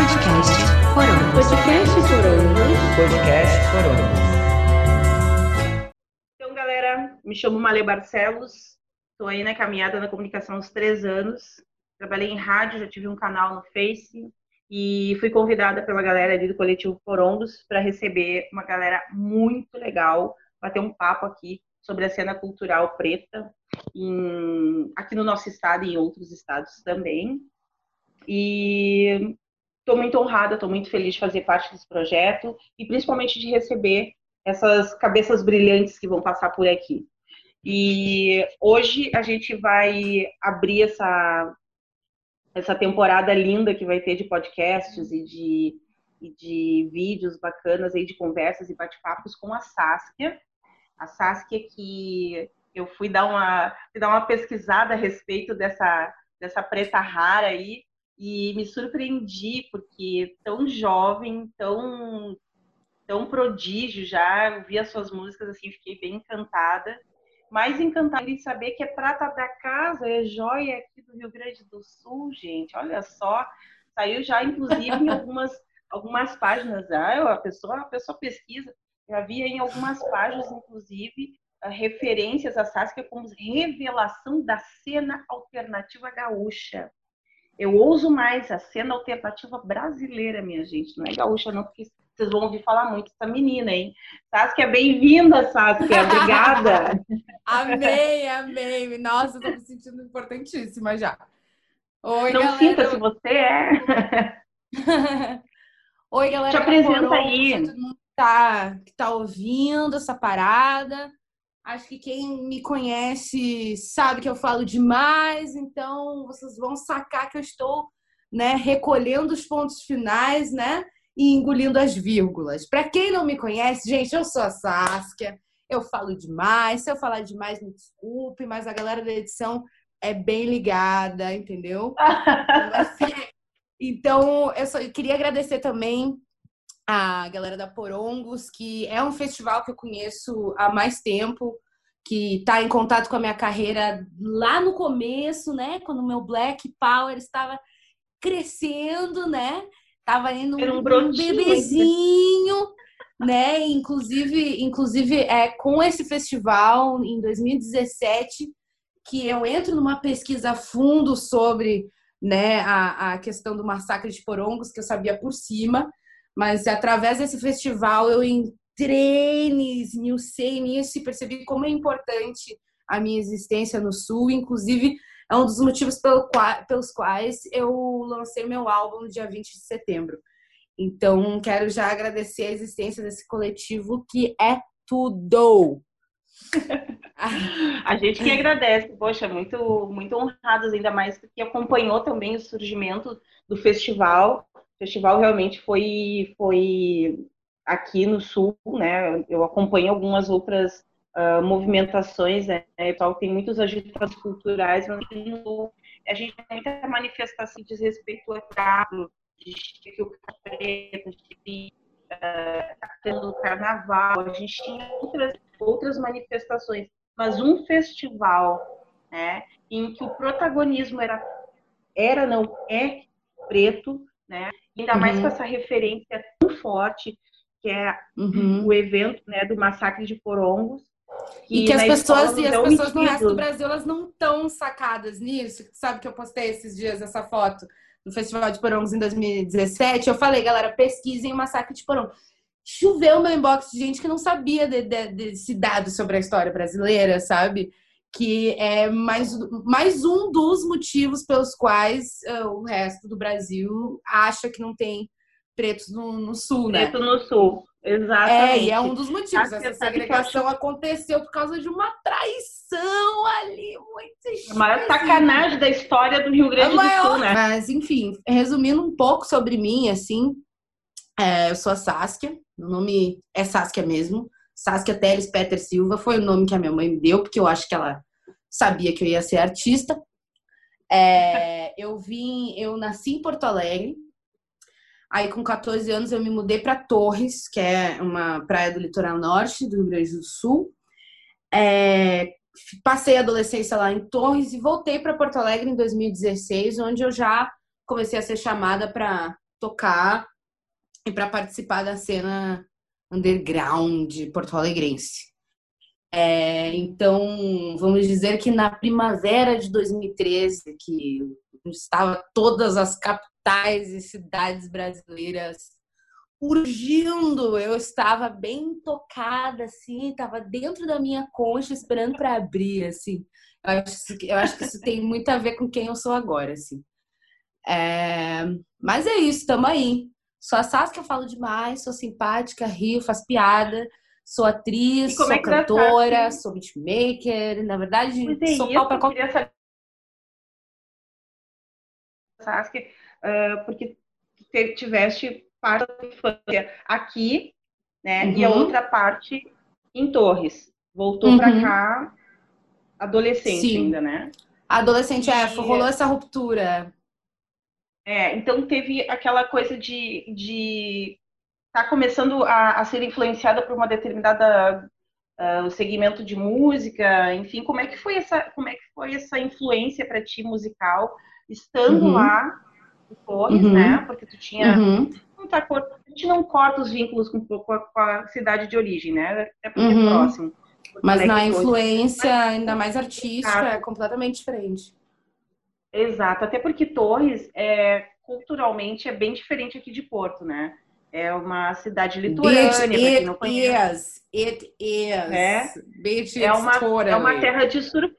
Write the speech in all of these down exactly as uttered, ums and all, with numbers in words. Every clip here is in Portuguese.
Podcast Corongos. Podcast Corongos. Podcast Corongos. Então, galera, me chamo Malê Barcelos, estou aí na caminhada na comunicação há uns três anos. Trabalhei em rádio, já tive um canal no Face e fui convidada pela galera ali do Coletivo Corongos para receber uma galera muito legal, bater um papo aqui sobre a cena cultural preta em, aqui no nosso estado e em outros estados também. E estou muito honrada, estou muito feliz de fazer parte desse projeto e principalmente de receber essas cabeças brilhantes que vão passar por aqui. E hoje a gente vai abrir essa, essa temporada linda que vai ter de podcasts e de, e de vídeos bacanas aí de conversas e bate-papos com a Saskia. A Saskia que eu fui dar uma, fui dar uma pesquisada a respeito dessa, dessa preta rara aí e me surpreendi porque tão jovem, tão, tão prodígio já, eu vi as suas músicas assim, fiquei bem encantada. Mais encantada em saber que é prata da casa, é joia aqui do Rio Grande do Sul, gente. Olha só, saiu já inclusive em algumas, algumas páginas. Ah, a pessoa, a pessoa pesquisa. Já havia em algumas páginas, inclusive, referências a Saskia como revelação da cena alternativa gaúcha. Eu ouso mais, a cena alternativa brasileira, minha gente. Não é gaúcha, não, porque vocês vão ouvir falar muito dessa menina, hein? Saskia, bem-vinda, Saskia. Obrigada. Amei, amei. Nossa, eu tô me sentindo importantíssima já. Oi, não galera. sinta se você é. Oi, galera. Te apresenta Corongos, aí. todo mundo tá, que tá ouvindo essa parada. Acho que quem me conhece sabe que eu falo demais, então vocês vão sacar que eu estou, né, recolhendo os pontos finais, né, e engolindo as vírgulas. Para quem não me conhece, gente, eu sou a Saskia, eu falo demais. Se eu falar demais, me desculpe, mas a galera da edição é bem ligada, entendeu? Então, eu, só, eu queria agradecer também a galera da Porongos, que é um festival que eu conheço há mais tempo, que está em contato com a minha carreira lá no começo, né? Quando o meu Black Power estava crescendo, né? Tava indo um, um, um bebezinho, né? Inclusive, inclusive é, com esse festival, em dois mil e dezessete, que eu entro numa pesquisa a fundo sobre, né, a, a questão do massacre de Porongos, que eu sabia por cima. Mas através desse festival eu entrei nisso, me usei nisso e percebi como é importante a minha existência no Sul. Inclusive, é um dos motivos pelo qual, pelos quais eu lancei meu álbum no dia vinte de setembro. Então, quero já agradecer a existência desse coletivo, que é tudo! A gente que agradece, poxa, muito, muito honrados, ainda mais porque acompanhou também o surgimento do festival. O festival realmente foi, foi aqui no Sul, né? Eu acompanho algumas outras uh, movimentações, né? Tem muitos agitadores culturais, mas no Sul a gente tem muita manifestação de respeito ao teatro, de o preto, de uh, carnaval, a gente tinha outras, outras manifestações, mas um festival, né, em que o protagonismo era, era não é preto, né? Ainda mais uhum. com essa referência tão forte que é uhum. o evento, né, do massacre de Porongos. Que e que as pessoas, e as pessoas no resto do Brasil, elas não estão sacadas nisso. Sabe que eu postei esses dias essa foto no Festival de Porongos em dois mil e dezessete? Eu falei, galera, pesquisem o massacre de Porongos. Choveu meu inbox de gente que não sabia de, de, desse dado sobre a história brasileira, sabe? Que é mais, mais um dos motivos pelos quais uh, o resto do Brasil acha que não tem pretos no, no Sul, né? Preto no Sul, exatamente. É, e é um dos motivos. Essa segregação acho... aconteceu por causa de uma traição ali, muito a maior sacanagem da história do Rio Grande do Sul, né? Mas, enfim, resumindo um pouco sobre mim, assim, é, eu sou a Saskia, meu nome é Saskia mesmo. Saskia Teles Peter Silva foi o nome que a minha mãe me deu, porque eu acho que ela sabia que eu ia ser artista. É, eu vim, eu nasci em Porto Alegre. Aí, com quatorze anos, eu me mudei para Torres, que é uma praia do litoral norte do Rio Grande do Sul. É, passei a adolescência lá em Torres e voltei para Porto Alegre em dois mil e dezesseis, onde eu já comecei a ser chamada para tocar e para participar da cena underground porto-alegrense. É, então, vamos dizer que na primavera de dois mil e treze, que estava todas as capitais e cidades brasileiras urgindo, eu estava bem tocada, assim, estava dentro da minha concha esperando para abrir, assim. Eu acho, eu acho que isso tem muito a ver com quem eu sou agora, assim. É, mas é isso, tamo aí. Sou a Saskia, falo demais, sou simpática, rio, faço piada, sou atriz, como é sou que dá cantora, certo? sou beatmaker, na verdade, Pois é sou pau isso, pra eu qualquer. queria saber, Saskia, uh, porque tu tiveste parte da infância aqui, né? E a Uhum, outra parte em Torres. Voltou para uhum, cá adolescente sim. ainda, né? Adolescente, é, E rolou essa ruptura. é, então teve aquela coisa de de estar tá começando a, a ser influenciada por uma determinada uh, segmento de música, enfim, como é que foi essa como é que foi essa influência para ti musical estando Uhum, lá em Torres, né? uhum, Porque tu tinha uhum, não tá, a gente não corta os vínculos com, com, a, com a cidade de origem, né? Até porque é uhum. próximo, Porto Mas Alegre na e Torres. influência, Mas ainda mais artística, é exato, completamente diferente. exato. Até porque Torres é culturalmente é bem diferente aqui de Porto, né? É uma cidade Bitch, litorânea, para quem não it conhece, is. It is. né? Bitch, É it's uma é uma totally. terra de surf,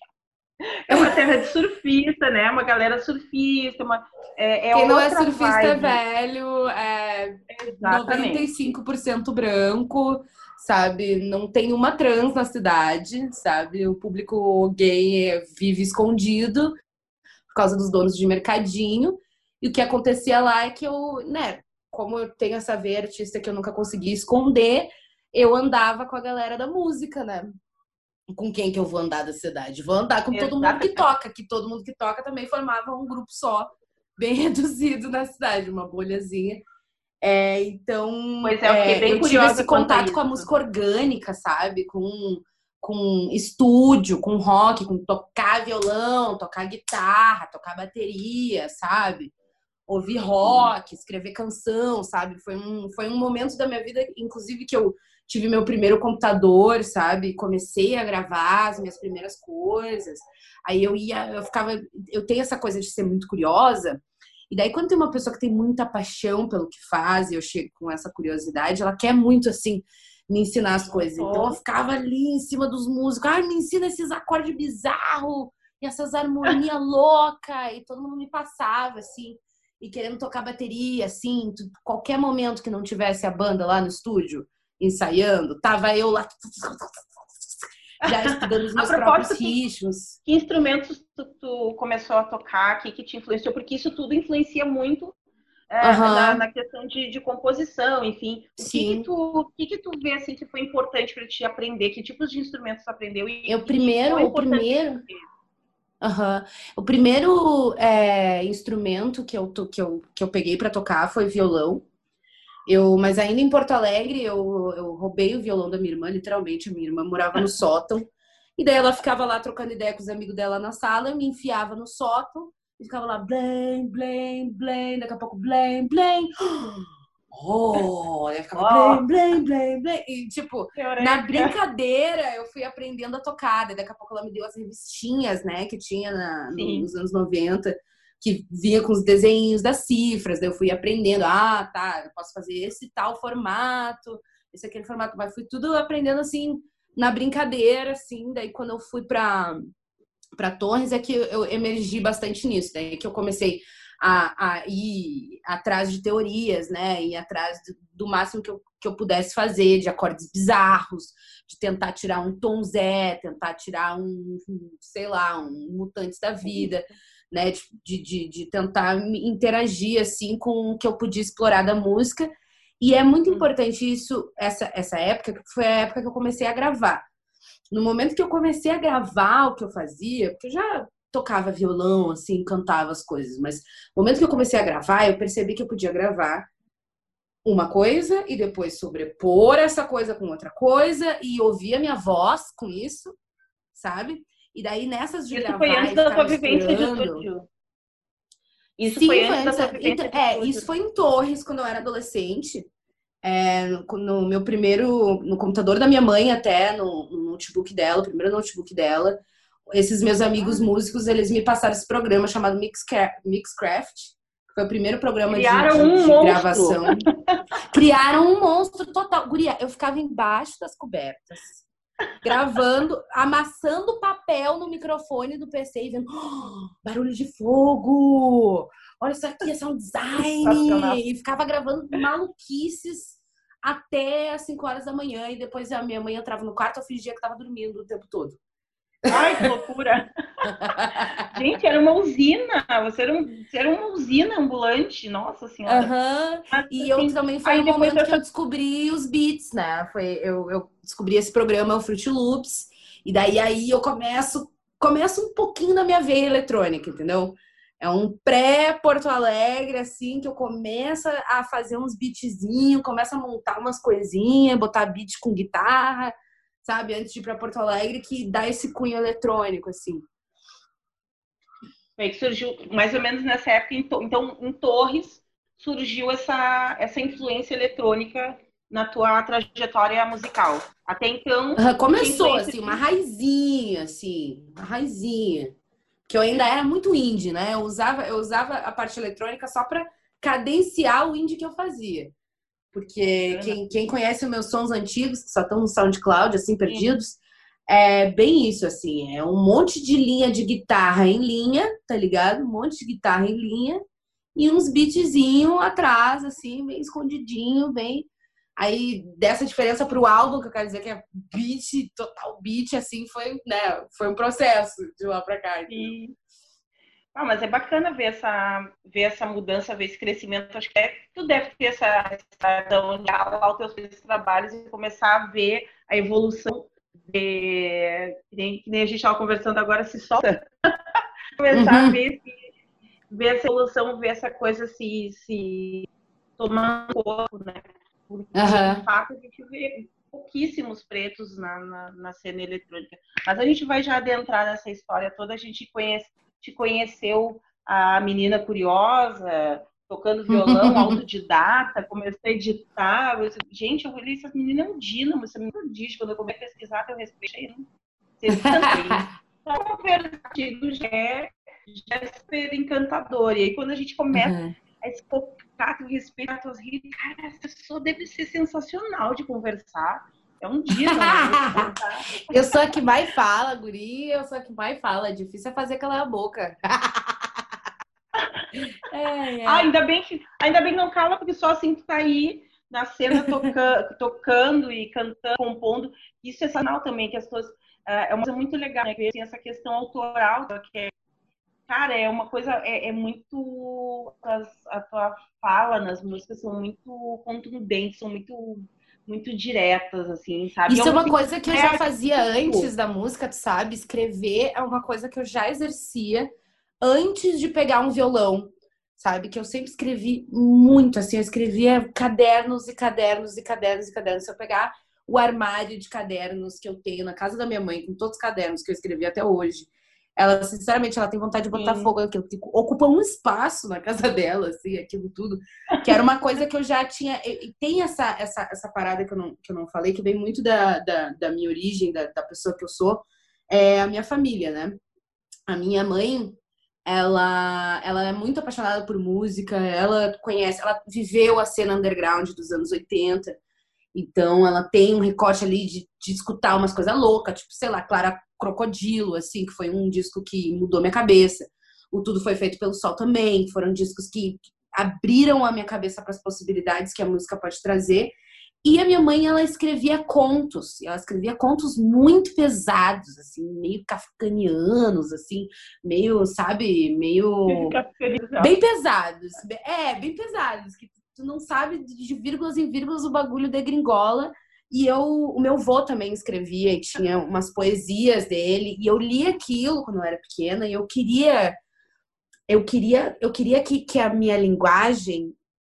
é uma terra de surfista, né? Uma galera surfista, uma é, é Quem não é outra surfista é vibe. velho, é noventa e Exatamente. cinco por cento branco, sabe? Não tem uma trans na cidade, sabe? O público gay é- vive escondido por causa dos donos de mercadinho. E o que acontecia lá é que eu, né, como eu tenho essa veia artista que eu nunca consegui esconder, eu andava com a galera da música, né? Com quem que eu vou andar da cidade? Vou andar com todo mundo que Exatamente. toca, que todo mundo que toca também formava um grupo só, bem reduzido na cidade, uma bolhazinha. É, então, Pois é, eu fiquei é, bem eu tive esse curiosa quanto a contato com a isso. música orgânica, sabe? Com, com estúdio, com rock, com tocar violão, tocar guitarra, tocar bateria, sabe? Ouvir Sim. rock, escrever canção, sabe? Foi um, foi um momento da minha vida, inclusive, que eu tive meu primeiro computador, sabe? Comecei a gravar as minhas primeiras coisas. Aí eu ia, eu ficava, eu tenho essa coisa de ser muito curiosa. E daí, quando tem uma pessoa que tem muita paixão pelo que faz, e eu chego com essa curiosidade, ela quer muito, assim, me ensinar as coisas. Então, eu Notou? ficava ali em cima dos músicos. Ai, me ensina esses acordes bizarros e essas harmonias loucas. E todo mundo me passava, assim. E querendo tocar bateria, assim. Qualquer momento que não tivesse a banda lá no estúdio, ensaiando, tava eu lá já estudando os A meus próprios propósito, que, ritmos. que instrumentos tu, tu começou a tocar, que, que te influenciou? Porque isso tudo influencia muito é, na, Aham, na questão de, de composição, enfim. O que que sim. tu, o que que tu vê assim que foi importante para te aprender? Que tipos de instrumentos tu aprendeu e, Eu e qual a primeiro, o importância que primeiro tu teve? Aham. O primeiro é, instrumento que eu, to- que eu, que eu peguei para tocar foi violão. Eu, mas ainda em Porto Alegre, eu, eu roubei o violão da minha irmã, literalmente. A minha irmã morava no sótão. E daí ela ficava lá trocando ideia com os amigos dela na sala. Eu me enfiava no sótão e ficava lá, blém, blém, blém. Daqui a pouco, blém, blém. Oh, aí eu ficava blém, Oh, blém, blém, blém. E, tipo, que na eureka! brincadeira, eu fui aprendendo a tocar. Daí, daqui a pouco ela me deu as revistinhas, né, que tinha na, no- Sim. nos anos noventa, que vinha com os desenhos das cifras. Daí eu fui aprendendo. Ah, tá, eu posso fazer esse tal formato, esse aquele formato. Mas fui tudo aprendendo, assim, na brincadeira, assim. Daí, quando eu fui pra, pra Torres, é que eu emergi bastante nisso. Daí que eu comecei a, a ir atrás de teorias, né? Ir atrás do, do máximo que eu, que eu pudesse fazer, de acordes bizarros, de tentar tirar um Tom Zé, tentar tirar um, um, sei lá, um Mutantes da Vida, né? De, de, de tentar interagir, assim, com o que eu podia explorar da música. E é muito Hum. importante isso, essa, essa época, que foi a época que eu comecei a gravar. No momento que eu comecei a gravar o que eu fazia, porque eu já tocava violão, assim, cantava as coisas, mas no momento que eu comecei a gravar, eu percebi que eu podia gravar uma coisa e depois sobrepor essa coisa com outra coisa e ouvir a minha voz com isso, sabe? E daí nessas de Isso foi gravar antes e da ficar tua vivência de misturando, estúdio. Isso Sim, foi foi antes da antes. tua vivência Então, de é, estúdio. isso foi em Torres, quando eu era adolescente. É, no, no meu primeiro, no computador da minha mãe até, no, no notebook dela, o primeiro notebook dela. Esses meus amigos Ah, músicos, eles me passaram esse programa chamado Mixcraft, Mixcraft, que foi o primeiro programa de, criaram de, um de monstro. gravação. Criaram um monstro total. Guria, eu ficava embaixo das cobertas, gravando, amassando papel no microfone do P C e vendo "Oh, barulho de fogo! Olha isso aqui, é sound Sensacional. design!" E ficava gravando maluquices até as cinco horas da manhã. E depois a minha mãe entrava no quarto, eu fingia que tava dormindo o tempo todo. Ai, que loucura! Gente, era uma usina. Você era, um, você era uma usina ambulante. Nossa Senhora. Aham. Mas, E eu assim, também foi aí o depois momento que eu essa... descobri os beats, né? Foi, eu, eu descobri esse programa, o Fruit Loops, e daí aí eu começo, começo um pouquinho da minha veia eletrônica, entendeu? É um pré-Porto Alegre, assim, que eu começo a fazer uns beatzinhos, começo a montar umas coisinhas, botar beat com guitarra, sabe? Antes de ir pra Porto Alegre, que dá esse cunho eletrônico, assim. Foi que surgiu mais ou menos nessa época. Então, em Torres, surgiu essa, essa influência eletrônica na tua trajetória musical. Até então, Uhum, tu tinha começou, influência assim, uma de... raizinha, assim, uma raizinha. Que eu ainda era muito indie, né? Eu usava, eu usava a parte eletrônica só para cadenciar o indie que eu fazia. Porque quem, quem conhece os meus sons antigos, que só estão no SoundCloud, assim, Sim. perdidos, é bem isso, assim. É um monte de linha de guitarra em linha, tá ligado? Um monte de guitarra em linha e uns beatzinho atrás, assim, bem escondidinho, bem... Aí, dessa diferença pro álbum, que eu quero dizer que é beat, total beat, assim, foi, né, foi um processo de lá pra cá. E... Ah, mas é bacana ver essa, ver essa mudança, ver esse crescimento. Acho que é, tu deve ter essa, essa olhar lá os teus trabalhos e começar a ver a evolução de, que nem, que nem a gente estava conversando agora, se solta. Começar a Uhum. ver, se, ver essa evolução, ver essa coisa se, se tomando corpo, né? Porque, Uhum. de fato, a gente vê pouquíssimos pretos na, na, na cena eletrônica. Mas a gente vai já adentrar nessa história toda. A gente conhece, te conheceu a menina curiosa, tocando violão, autodidata, comecei a editar. Eu disse, gente, eu olhei, essa menina é um dínamo, essa menina é um dígito. Quando eu comecei a pesquisar, eu respeito. Vocês também. Então, contigo já é, já é super encantador. E aí, quando a gente começa Uhum. a escocar, respeitar seus ritmos, cara, essa pessoa deve ser sensacional de conversar. É um dínamo. Eu sou a que mais fala, guri, eu sou a que mais fala. Difícil é fazer calar a boca. É, Ah, é. ainda bem que ainda bem que não cala, porque só assim tu tá aí na cena toca, tocando e cantando, compondo. Isso é sinal também, que as pessoas. É uma coisa muito legal, né? Que tem essa questão autoral, que é, cara, é uma coisa, é, é muito. As, a tua fala nas músicas são muito contundentes, são muito, muito diretas, assim, sabe? E Isso ao é uma mesmo tempo, coisa que eu é já fazia artístico. antes da música, tu sabe? Escrever é uma coisa que eu já exercia antes de pegar um violão, sabe? Que eu sempre escrevi muito, assim, eu escrevia cadernos e cadernos e cadernos e cadernos. Se eu pegar o armário de cadernos que eu tenho na casa da minha mãe, com todos os cadernos que eu escrevi até hoje, ela, sinceramente, ela tem vontade de botar Sim. fogo naquilo, que ocupa um espaço na casa dela, assim, aquilo tudo, que era uma coisa que eu já tinha, e tem essa, essa, essa parada que eu, não, que eu não falei, que vem muito da, da, da minha origem, da, da pessoa que eu sou, é a minha família, né? A minha mãe, ela, ela é muito apaixonada por música, ela conhece, ela viveu a cena underground dos anos oitenta, então ela tem um recorte ali de, de escutar umas coisas loucas, tipo, sei lá, Clara Crocodilo, assim, que foi um disco que mudou minha cabeça. O Tudo Foi Feito pelo Sol também, que foram discos que abriram a minha cabeça para as possibilidades que a música pode trazer. E a minha mãe, ela escrevia contos, ela escrevia contos muito pesados, assim, meio kafkanianos, assim, meio, sabe, meio... bem pesados. É, bem pesados, que tu não sabe de vírgulas em vírgulas o bagulho degringola. E eu, o meu vô também escrevia e tinha umas poesias dele, e eu li aquilo quando eu era pequena, e eu queria, eu queria, eu queria que, que a minha linguagem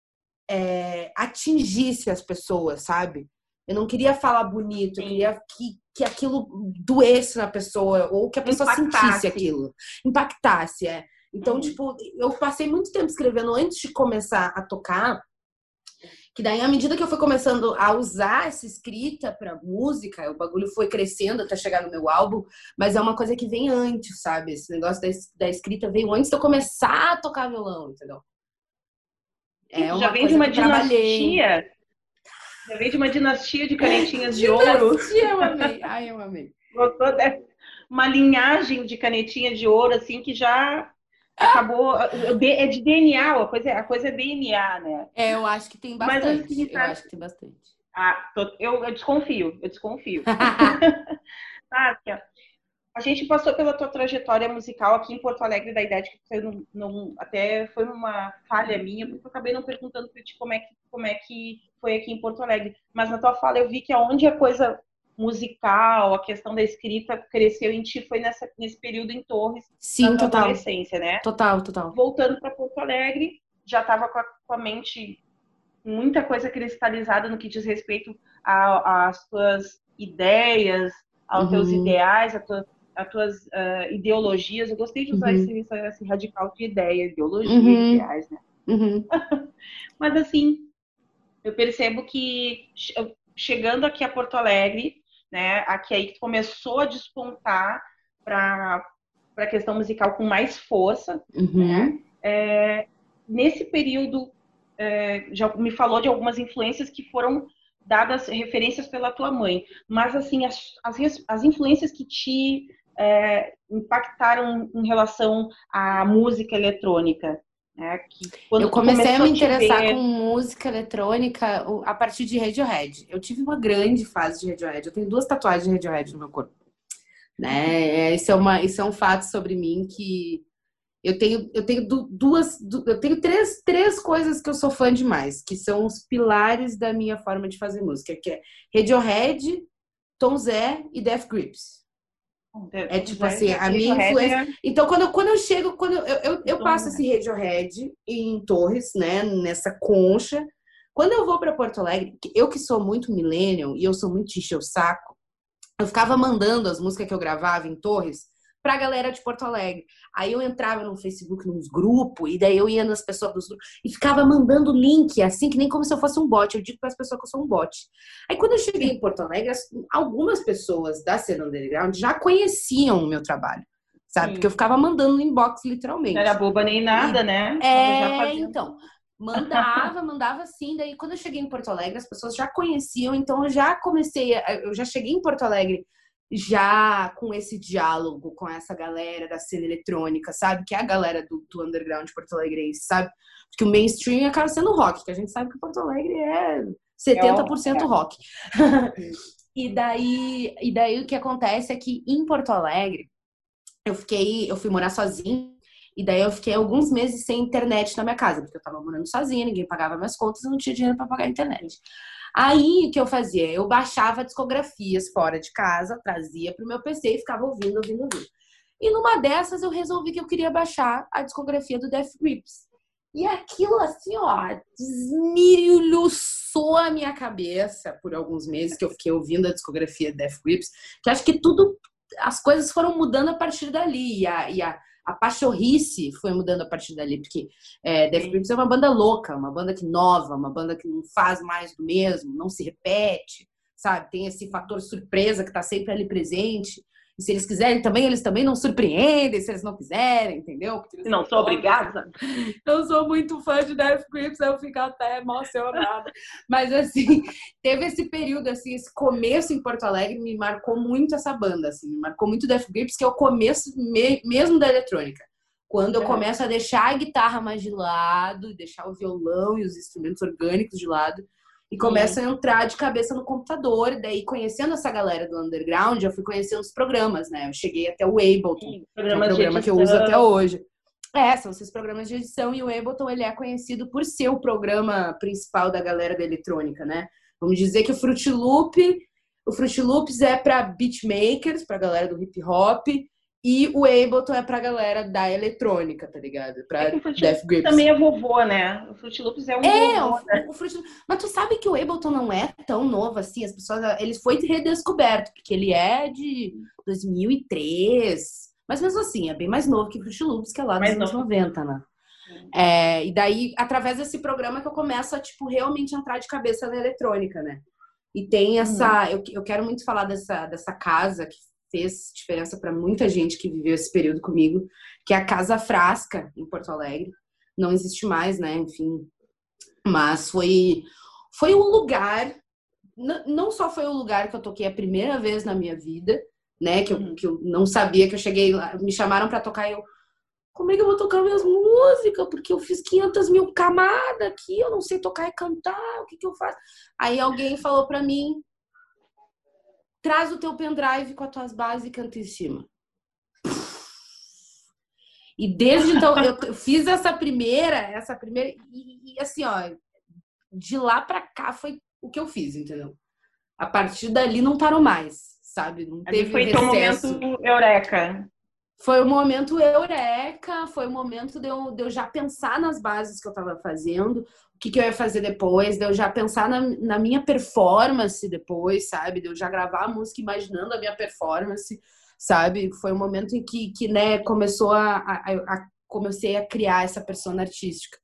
é, atingisse as pessoas, sabe? Eu não queria falar bonito, eu Sim. queria que, que aquilo doesse na pessoa, ou que a pessoa Impactasse. sentisse aquilo, impactasse, é. Então, Uhum. tipo, eu passei muito tempo escrevendo antes de começar a tocar, que daí, à medida que eu fui começando a usar essa escrita pra música, o bagulho foi crescendo até chegar no meu álbum, mas é uma coisa que vem antes, sabe? Esse negócio da, da escrita veio antes de eu começar a tocar violão, entendeu? É Já uma vem de coisa uma que eu trabalhei. dinastia. Já vem de uma dinastia de canetinhas de ouro. Dinastia, eu amei. Ai, eu amei. Gostou dessa? Uma linhagem de canetinha de ouro, assim, que já acabou. É de D N A, a coisa, a coisa é D N A, né? É, eu acho que tem Mas bastante. assim, Eu sabe? acho que tem bastante. Ah, tô- eu, eu desconfio, eu desconfio. Tássia, a gente passou pela tua trajetória musical aqui em Porto Alegre, da idade que você não, não- até foi uma falha minha, porque eu acabei não perguntando para ti como é, que, como é que foi aqui em Porto Alegre. Mas na tua fala eu vi que aonde a coisa musical, a questão da escrita cresceu em ti foi nessa, nesse período em Torres, na Sim, tua total. adolescência, né? Total, total. Voltando para Porto Alegre, já estava com, com a mente muita coisa cristalizada no que diz respeito às tuas ideias, aos teus Uhum, ideais, às tuas, às tuas uh, ideologias. Eu gostei de usar uhum, esse, esse radical de ideia, ideologia, uhum, ideais, né? uhum, Mas assim, eu percebo que chegando aqui a Porto Alegre, né, aqui aí que começou a despontar para a questão musical com mais força, né? uhum. É, nesse período, é, já me falou de algumas influências que foram dadas referências pela tua mãe, mas assim as, as, as influências que te é, impactaram em relação à música eletrônica, né? Que Eu quando tu comecei a começou me a te interessar com ver, música eletrônica a partir de Radiohead. Eu tive uma grande fase de Radiohead. Eu tenho duas tatuagens de Radiohead no meu corpo, né? Isso é uma, isso é um fato sobre mim que eu tenho, eu tenho duas, eu tenho três, três coisas que eu sou fã demais, que são os pilares da minha forma de fazer música, que é Radiohead, Tom Zé e Death Grips. É tipo assim, a minha influência. é... Então, quando eu, quando eu chego, quando eu, eu, eu passo Então, esse Radiohead em Torres, né, nessa concha. Quando eu vou para Porto Alegre, eu que sou muito millennial e eu sou muito de encher o saco, eu ficava mandando as músicas que eu gravava em Torres pra galera de Porto Alegre. Aí eu entrava no Facebook, nos grupos, e daí eu ia nas pessoas dos grupos e ficava mandando link, assim, que nem como se eu fosse um bot. Eu digo para as pessoas que eu sou um bot. Aí quando eu cheguei em Porto Alegre, algumas pessoas da cena underground já conheciam o meu trabalho, sabe? sim. Porque eu ficava mandando no inbox, literalmente. Não era boba nem nada, e, né? É, já fazendo... então... Mandava, mandava assim. Daí, quando eu cheguei em Porto Alegre, as pessoas já conheciam. Então, eu já comecei... A, eu já cheguei em Porto Alegre já com esse diálogo com essa galera da cena eletrônica, sabe? Que é a galera do, do underground porto-alegrense, sabe? Porque o mainstream acaba sendo rock, que a gente sabe que Porto Alegre é setenta por cento é. rock. e, daí, e daí o que acontece é que em Porto Alegre, eu fiquei, eu fui morar sozinha. E daí eu fiquei alguns meses sem internet na minha casa, porque eu tava morando sozinha, ninguém pagava minhas contas e não tinha dinheiro para pagar a internet. Aí, o que eu fazia? Eu baixava discografias fora de casa, trazia pro meu P C e ficava ouvindo, ouvindo, ouvindo. E numa dessas eu resolvi que eu queria baixar a discografia do Death Grips. E aquilo assim, ó, desmirilhuçou a minha cabeça por alguns meses que eu fiquei ouvindo a discografia do Death Grips, que acho que tudo, as coisas foram mudando a partir dali. E a, e a A pachorrice foi mudando a partir dali, porque é, Death Grips é uma banda louca, uma banda que nova, uma banda que não faz mais do mesmo, não se repete, sabe? Tem esse fator surpresa que tá sempre ali presente. E se eles quiserem também, eles também não surpreendem, se eles não quiserem, entendeu? Porque eles não sou obrigada. Eu sou muito fã de Death Grips, eu fico até emocionada. Mas, assim, teve esse período, assim, esse começo em Porto Alegre me marcou muito essa banda, assim, me marcou muito Death Grips, que é o começo me- mesmo da eletrônica. Quando eu É. começo a deixar a guitarra mais de lado, deixar o violão e os instrumentos orgânicos de lado, e começo Sim. a entrar de cabeça no computador. E daí, conhecendo essa galera do underground, eu fui conhecendo os programas, né? Eu cheguei até o Ableton, Sim, que é um programa que eu uso até hoje. É, são esses programas de edição, e o Ableton, ele é conhecido por ser o programa principal da galera da eletrônica, né? Vamos dizer que o Fruit Loop, o Fruit Loops é para beatmakers, pra galera do hip hop, e o Ableton é pra galera da eletrônica, tá ligado? Pra É que o Fruit Death Loops Grips. também é vovô, né? O Fruit Loops é um É, vovô, o, né? o Fruit Loops. Mas tu sabe que o Ableton não é tão novo assim, as pessoas, ele foi redescoberto, porque ele é de dois mil e três, Mas mesmo assim, é bem mais novo que Fruit Loops, que é lá dos Mais anos novo. noventa, né? É, e daí, através desse programa que eu começo a, tipo, realmente entrar de cabeça na eletrônica, né? E tem essa... Uhum. Eu, eu quero muito falar dessa, dessa casa que fez diferença para muita gente que viveu esse período comigo, que é a Casa Frasca, em Porto Alegre. Não existe mais, né? Enfim. Mas foi, foi um lugar... Não só foi o lugar que eu toquei a primeira vez na minha vida, né? Que eu, Uhum. que eu não sabia, que eu cheguei lá, me chamaram para tocar e eu... Como é que eu vou tocar minhas músicas? Porque eu fiz quinhentas mil camadas aqui, eu não sei tocar e cantar, o que que eu faço? Aí alguém falou pra mim, traz o teu pendrive com as tuas bases e canta em cima. E desde então, eu fiz essa primeira, essa primeira, e, e assim, ó, de lá pra cá foi o que eu fiz, entendeu? A partir dali não parou mais, sabe? Não Ali teve foi teu momento recesso. eureka. Foi o momento eureka, foi o momento de eu, de eu já pensar nas bases que eu estava fazendo, o que, que eu ia fazer depois, de eu já pensar na, na minha performance depois, sabe? De eu já gravar a música imaginando a minha performance, sabe? Foi o momento em que, que né, começou a, a, a comecei a criar essa persona artística.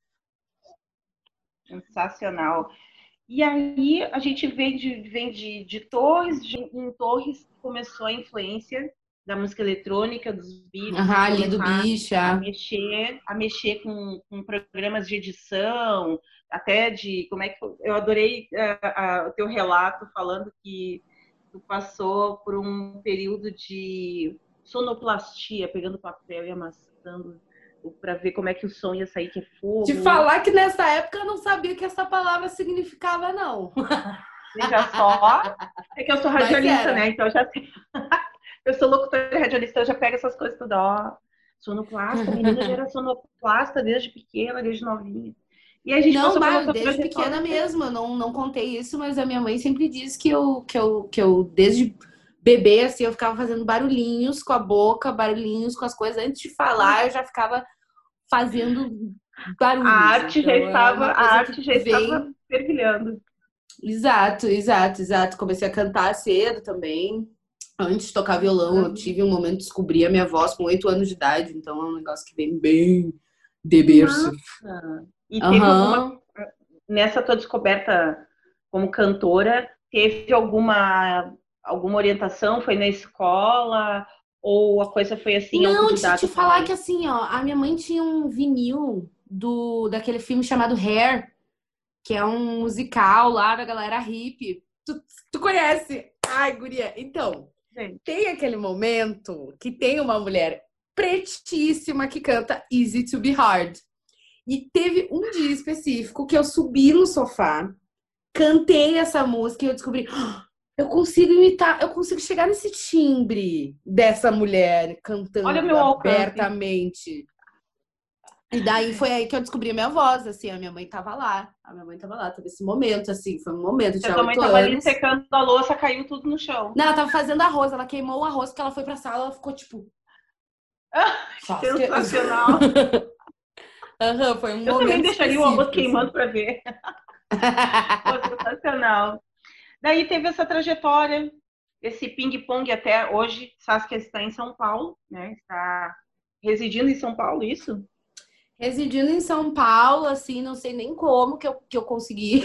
Sensacional. E aí a gente vem de, vem de, de Torres, de, em Torres começou a influência da música eletrônica, dos beats, Uhum, ali do começar a bicha. mexer, a mexer com, com programas de edição, até de como é que eu adorei uh, uh, o teu relato falando que tu passou por um período de sonoplastia, pegando papel e amassando para ver como é que o som ia sair, que é fogo. De falar que nessa época eu não sabia que essa palavra significava, não. Veja só, é que eu sou radialista, né? Então eu já sei. Eu sou locutora radialista, eu já pego essas coisas tudo, ó. Sonoplasta, a menina já era sonoplasta desde pequena, desde novinha. E a gente não, passou pela mas tua desde trajetória. pequena mesmo, eu não, não contei isso, mas a minha mãe sempre disse que eu, que eu, que eu desde bebê, assim, eu ficava fazendo barulhinhos com a boca, barulhinhos com as coisas. Antes de falar, eu já ficava fazendo barulhos. A arte então, já estava, é a arte já vem... estava fervilhando. Exato, exato, exato. Comecei a cantar cedo também. Antes de tocar violão, eu tive um momento de descobrir a minha voz com oito anos de idade, então é um negócio que vem bem de berço. Nossa. E uhum. teve alguma, nessa tua descoberta como cantora, teve alguma, alguma orientação? Foi na escola? Ou a coisa foi assim, Não, autodidata? te, te falar que assim, ó, a minha mãe tinha um vinil do, daquele filme chamado Hair, que é um musical lá da galera hippie. Tu, tu conhece? Ai, guria. Então, Sim. tem aquele momento que tem uma mulher pretíssima que canta Easy to Be Hard. E teve um dia específico que eu subi no sofá, cantei essa música e eu descobri... Eu consigo imitar, eu consigo chegar nesse timbre dessa mulher cantando Olha o meu abertamente. E daí foi aí que eu descobri a minha voz, assim, a minha mãe tava lá, a minha mãe tava lá, teve esse momento, assim, foi um momento, Você tinha tua mãe oito tava anos. ali secando a louça, caiu tudo no chão. Não, ela tava fazendo arroz, ela queimou o arroz, porque ela foi pra sala, ela ficou tipo... Sensacional. Uhum, foi um eu momento também deixaria o arroz assim. queimando pra ver. Pô, sensacional. Daí teve essa trajetória, esse ping-pong até hoje. Saskia está em São Paulo, né? Está residindo em São Paulo, isso? Residindo em São Paulo, assim, não sei nem como que eu, que eu consegui.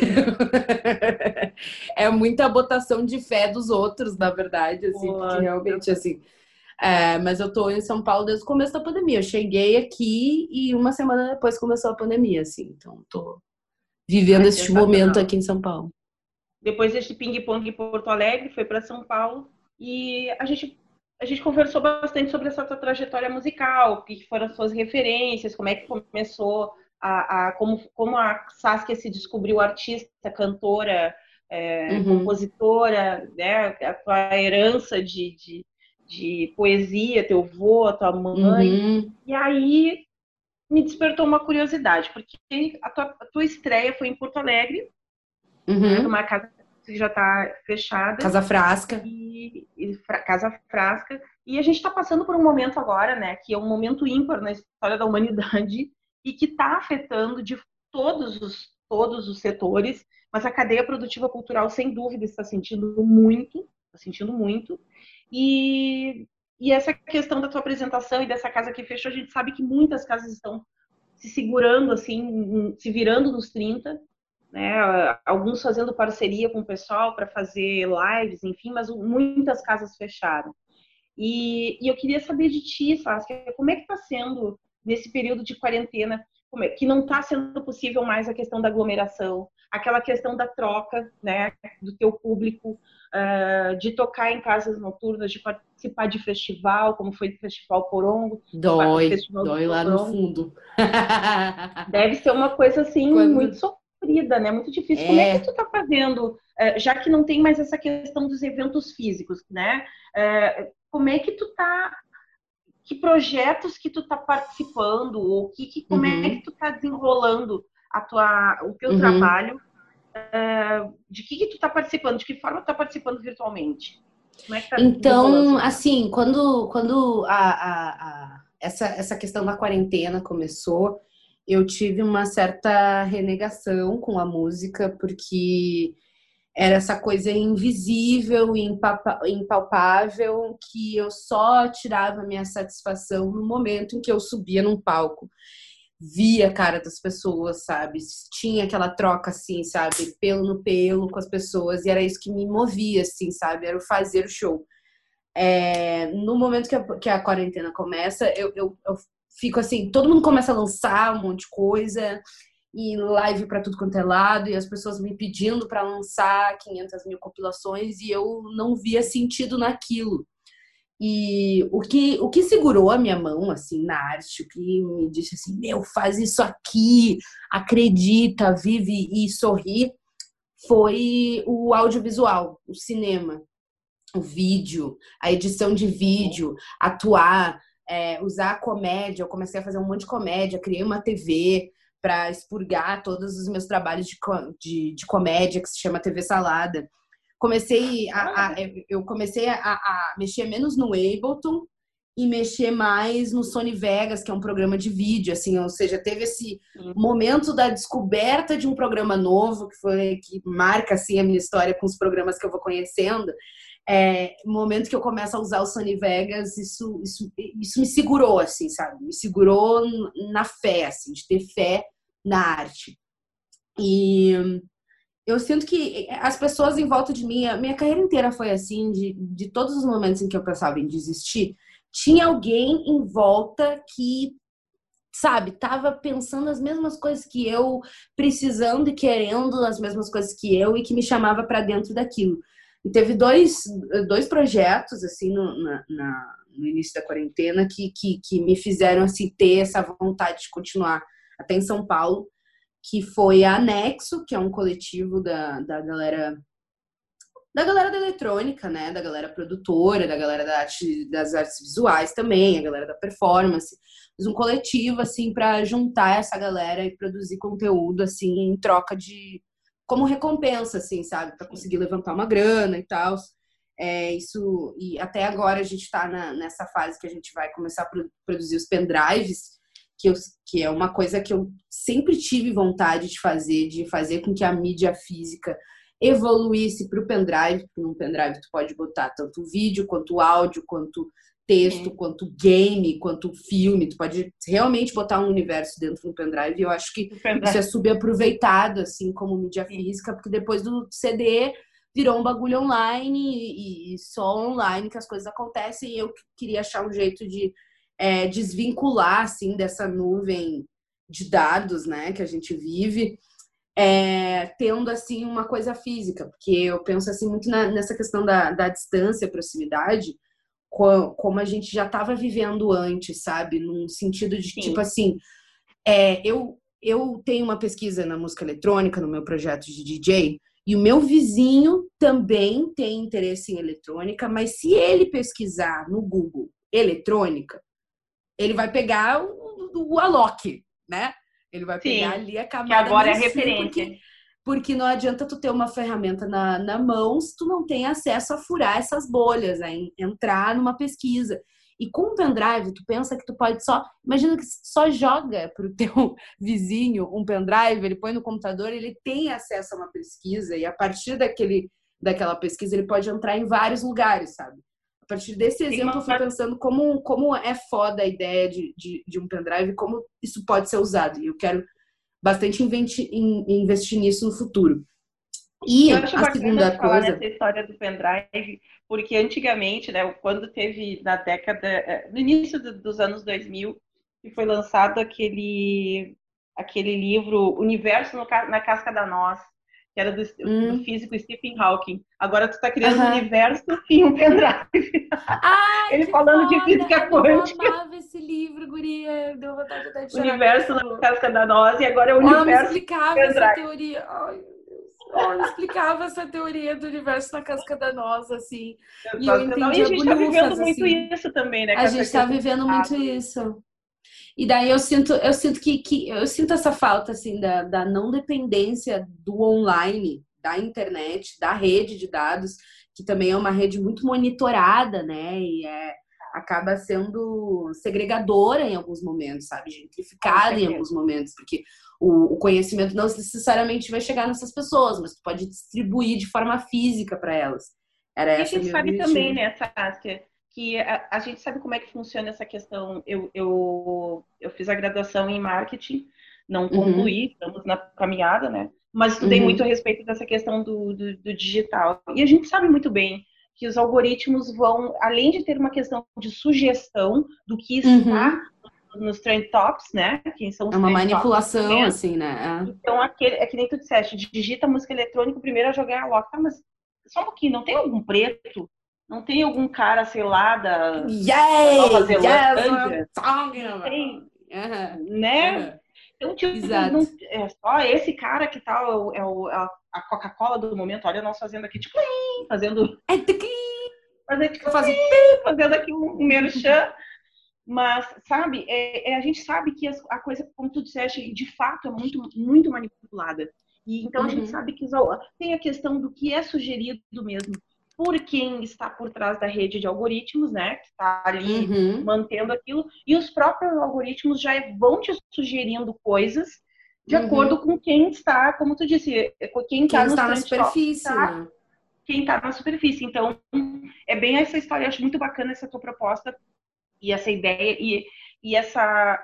É muita botação de fé dos outros, na verdade, assim, Pô, porque realmente, assim... É, mas eu tô em São Paulo desde o começo da pandemia. Eu cheguei aqui e uma semana depois começou a pandemia, assim. Então, tô vivendo Ai, este momento aqui em São Paulo. Depois desse ping-pong em Porto Alegre, foi para São Paulo e a gente, a gente conversou bastante sobre essa tua trajetória musical, o que foram as suas referências, como é que começou a, a como, como a Saskia se descobriu artista, cantora, é, Uhum. compositora, né? A tua herança de, de, de poesia, teu avô, tua mãe. Uhum. E aí me despertou uma curiosidade, porque a tua, a tua estreia foi em Porto Alegre, Uhum. né, numa casa que já está fechada. Casa Frasca. E, e fra, Casa Frasca. E a gente está passando por um momento agora, né, que é um momento ímpar na história da humanidade e que está afetando de todos os, todos os setores, mas a cadeia produtiva cultural, sem dúvida, está sentindo muito, está sentindo muito. E e essa questão da tua apresentação e dessa casa que fechou, a gente sabe que muitas casas estão se segurando, assim, se virando nos trinta, né? Alguns fazendo parceria com o pessoal para fazer lives, enfim, mas muitas casas fecharam. E, e eu queria saber de ti, Saskia, como é que está sendo nesse período de quarentena, como é, que não está sendo possível mais a questão da aglomeração, aquela questão da troca, né, do teu público, uh, de tocar em casas noturnas, de participar de festival, como foi o Festival Porongo. Dói, Festival dói lá no fundo. Deve ser uma coisa, assim, Quando... muito sofrida, né, muito difícil. É. Como é que tu tá fazendo, já que não tem mais essa questão dos eventos físicos, né? Como é que tu tá, que projetos que tu tá participando, ou que, que, como uhum. é que tu tá desenrolando a tua, o teu uhum. trabalho, de que que tu tá participando, de que forma tu tá participando virtualmente? Como é que tá então, assim, quando, quando a, a, a, essa, essa questão da quarentena começou, eu tive uma certa renegação com a música, porque era essa coisa invisível e impalpável que eu só tirava minha satisfação no momento em que eu subia num palco, via a cara das pessoas, sabe? Tinha aquela troca, assim, sabe? Pelo no pelo com as pessoas, e era isso que me movia, assim, sabe? Era o fazer o show. É, no momento que a, que a quarentena começa, eu, eu, eu fico assim, todo mundo começa a lançar um monte de coisa, e live para tudo quanto é lado, e as pessoas me pedindo para lançar quinhentas mil compilações, e eu não via sentido naquilo. E o que, o que segurou a minha mão, assim, na arte, o que me disse assim, meu, faz isso aqui, acredita, vive e sorri, foi o audiovisual, o cinema, o vídeo, a edição de vídeo, atuar, é, usar a comédia. Eu comecei a fazer um monte de comédia, criei uma T V para expurgar todos os meus trabalhos de, de, de comédia, que se chama T V Salada. Comecei a, a, eu comecei a, a mexer menos no Ableton e mexer mais no Sony Vegas, que é um programa de vídeo, assim, ou seja, teve esse momento da descoberta de um programa novo, que foi que marca, assim, a minha história com os programas que eu vou conhecendo. É, momento que eu começo a usar o Sony Vegas, isso, isso, isso me segurou, assim, sabe? Me segurou na fé, assim, de ter fé na arte. E eu sinto que as pessoas em volta de mim, a minha carreira inteira foi assim, de, de todos os momentos em que eu pensava em desistir, tinha alguém em volta que, sabe, tava pensando as mesmas coisas que eu, precisando e querendo as mesmas coisas que eu, e que me chamava para dentro daquilo. E teve dois, dois projetos, assim, no, na, na, no início da quarentena que, que, que me fizeram, assim, ter essa vontade de continuar até em São Paulo, que foi a Anexo, que é um coletivo da, da galera da galera da eletrônica, né? Da galera produtora, da galera da arte, das artes visuais também, a galera da performance. Mas um coletivo, assim, para juntar essa galera e produzir conteúdo, assim, em troca de... como recompensa, assim, sabe? Para conseguir levantar uma grana e tal. É, isso... E até agora a gente tá na, nessa fase que a gente vai começar a pro, produzir os pendrives, que, eu, que é uma coisa que eu sempre tive vontade de fazer, de fazer com que a mídia física evoluísse para o pendrive, porque num pendrive tu pode botar tanto vídeo, quanto áudio, quanto texto, é. quanto game, quanto filme, tu pode realmente botar um universo dentro do pendrive, e eu acho que isso é subaproveitado, assim, como mídia física, porque depois do C D virou um bagulho online, e, e só online que as coisas acontecem, e eu queria achar um jeito de é, desvincular, assim, dessa nuvem de dados, né, que a gente vive, É, tendo, assim, uma coisa física, porque eu penso, assim, muito na, nessa questão da, da distância, proximidade, co, como a gente já estava vivendo antes, sabe? Num sentido de, Sim. tipo assim, é, eu, eu tenho uma pesquisa na música eletrônica, no meu projeto de D J, e o meu vizinho também tem interesse em eletrônica, mas se ele pesquisar no Google eletrônica, ele vai pegar o, o Alok, né? Ele vai pegar Sim, ali a camada que agora é a referência. Porque, porque não adianta tu ter uma ferramenta na, na mão se tu não tem acesso a furar essas bolhas, a entrar numa pesquisa. E com o pendrive, tu pensa que tu pode só... Imagina que só joga pro teu vizinho um pendrive, ele põe no computador, ele tem acesso a uma pesquisa, e a partir daquele, daquela pesquisa ele pode entrar em vários lugares, sabe? A partir desse exemplo, eu fui pensando como, como é foda a ideia de, de, de um pendrive, como isso pode ser usado. E eu quero bastante investir, investir nisso no futuro. E eu acho a segunda bacana falar coisa... nessa história do pendrive, porque antigamente, né, quando teve na década, no início dos anos dois mil, que foi lançado aquele, aquele livro Universo no, na Casca da Noz, que era do, hum. do físico Stephen Hawking. Agora tu tá criando uh-huh. um universo e um pendrive. Ai, ele falando foda. de física quântica. Eu amava esse livro, guria. Deu vontade de chorar. Universo na Casca da Noz e agora é o universo. Ela me explicava essa teoria. Ai, meu Deus. Ela me explicava essa teoria do universo na Casca da Noz, assim. Eu e eu entendi e a gente tá vivendo assim. muito isso também, né? A gente tá vivendo muito isso. E daí eu sinto, eu sinto que, que eu sinto essa falta assim da, da não dependência do online, da internet, da rede de dados, que também é uma rede muito monitorada, né? E é, acaba sendo segregadora em alguns momentos, sabe? Gentrificada em alguns momentos, porque o, o conhecimento não necessariamente vai chegar nessas pessoas, mas tu pode distribuir de forma física para elas. Era e essa a gente sabe objetivo. também, né, Saskia, que a, a gente sabe como é que funciona essa questão. Eu, eu, eu fiz a graduação em marketing, não concluí, uhum. estamos na caminhada, né? Mas estudei uhum. muito a respeito dessa questão do, do, do digital. E a gente sabe muito bem que os algoritmos vão, além de ter uma questão de sugestão do que está uhum. nos trend tops, né? Quem são os é uma trend manipulação, tops, assim, né? É. Então, aquele, é que nem tu disseste, digita música eletrônica, primeiro a jogar a loca. Tá, mas só um pouquinho, não tem algum preto? Não tem algum cara, sei lá, da, Yay! da Nova Zelândia? Yes, não tem, uhum. né? Uhum. Então, tipo, não, é só esse cara que tá, é, o, é a Coca-Cola do momento. Olha nós fazendo aqui, tipo, fazendo... É fazendo, tipo, fazendo, fazendo aqui um, um merchan. Mas, sabe, é, é, a gente sabe que as, a coisa, como tu disseste, de fato é muito, muito manipulada. E, então, uhum. a gente sabe que os, tem a questão do que é sugerido mesmo por quem está por trás da rede de algoritmos, né? Que está ali uhum. mantendo aquilo. E os próprios algoritmos já vão te sugerindo coisas de uhum. acordo com quem está, como tu disse, quem, quem está tá na superfície, tá, né? Quem está na superfície. Então, é bem essa história. Eu acho muito bacana essa tua proposta e essa ideia e, e essa...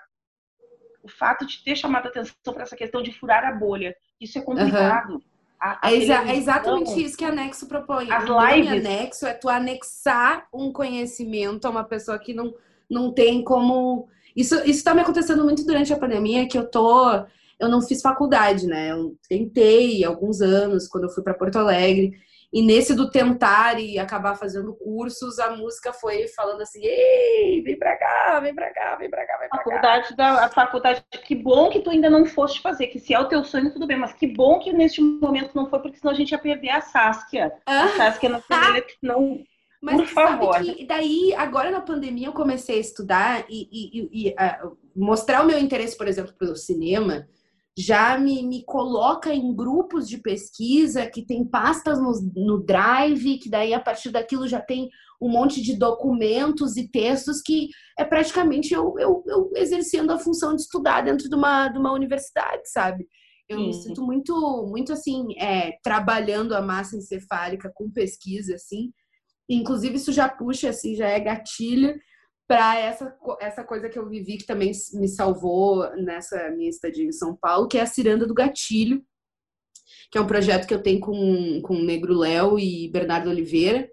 o fato de ter chamado a atenção para essa questão de furar a bolha. Isso é complicado. Uhum. A, a é, exa é exatamente isso que a Nexo propõe. As o lives. Nexo é tu anexar um conhecimento a uma pessoa que não, não tem como... Isso está me acontecendo muito durante a pandemia, que eu tô... Eu não fiz faculdade, né? Eu tentei alguns anos, quando eu fui para Porto Alegre. E nesse do tentar e acabar fazendo cursos, a música foi falando assim, ei, vem pra cá, vem pra cá, vem pra cá, vem pra cá. Faculdade da, a faculdade, que bom que tu ainda não foste fazer, que se é o teu sonho, tudo bem, mas que bom que neste momento não foi, porque senão a gente ia perder a Saskia. Ah. A Saskia não, não mas por favor. Sabe que daí, agora na pandemia, eu comecei a estudar e, e, e uh, mostrar o meu interesse, por exemplo, pelo cinema, já me, me coloca em grupos de pesquisa que tem pastas no, no Drive, que daí a partir daquilo já tem um monte de documentos e textos que é praticamente eu, eu, eu exercendo a função de estudar dentro de uma, de uma universidade, sabe? Eu Sim. me sinto muito, muito assim, é, trabalhando a massa encefálica com pesquisa, assim. Inclusive isso já puxa, assim, já é gatilho para essa, essa coisa que eu vivi, que também me salvou nessa minha estadia em São Paulo, que é a Ciranda do Gatilho, que é um projeto que eu tenho com, com o Negro Léo e Bernardo Oliveira,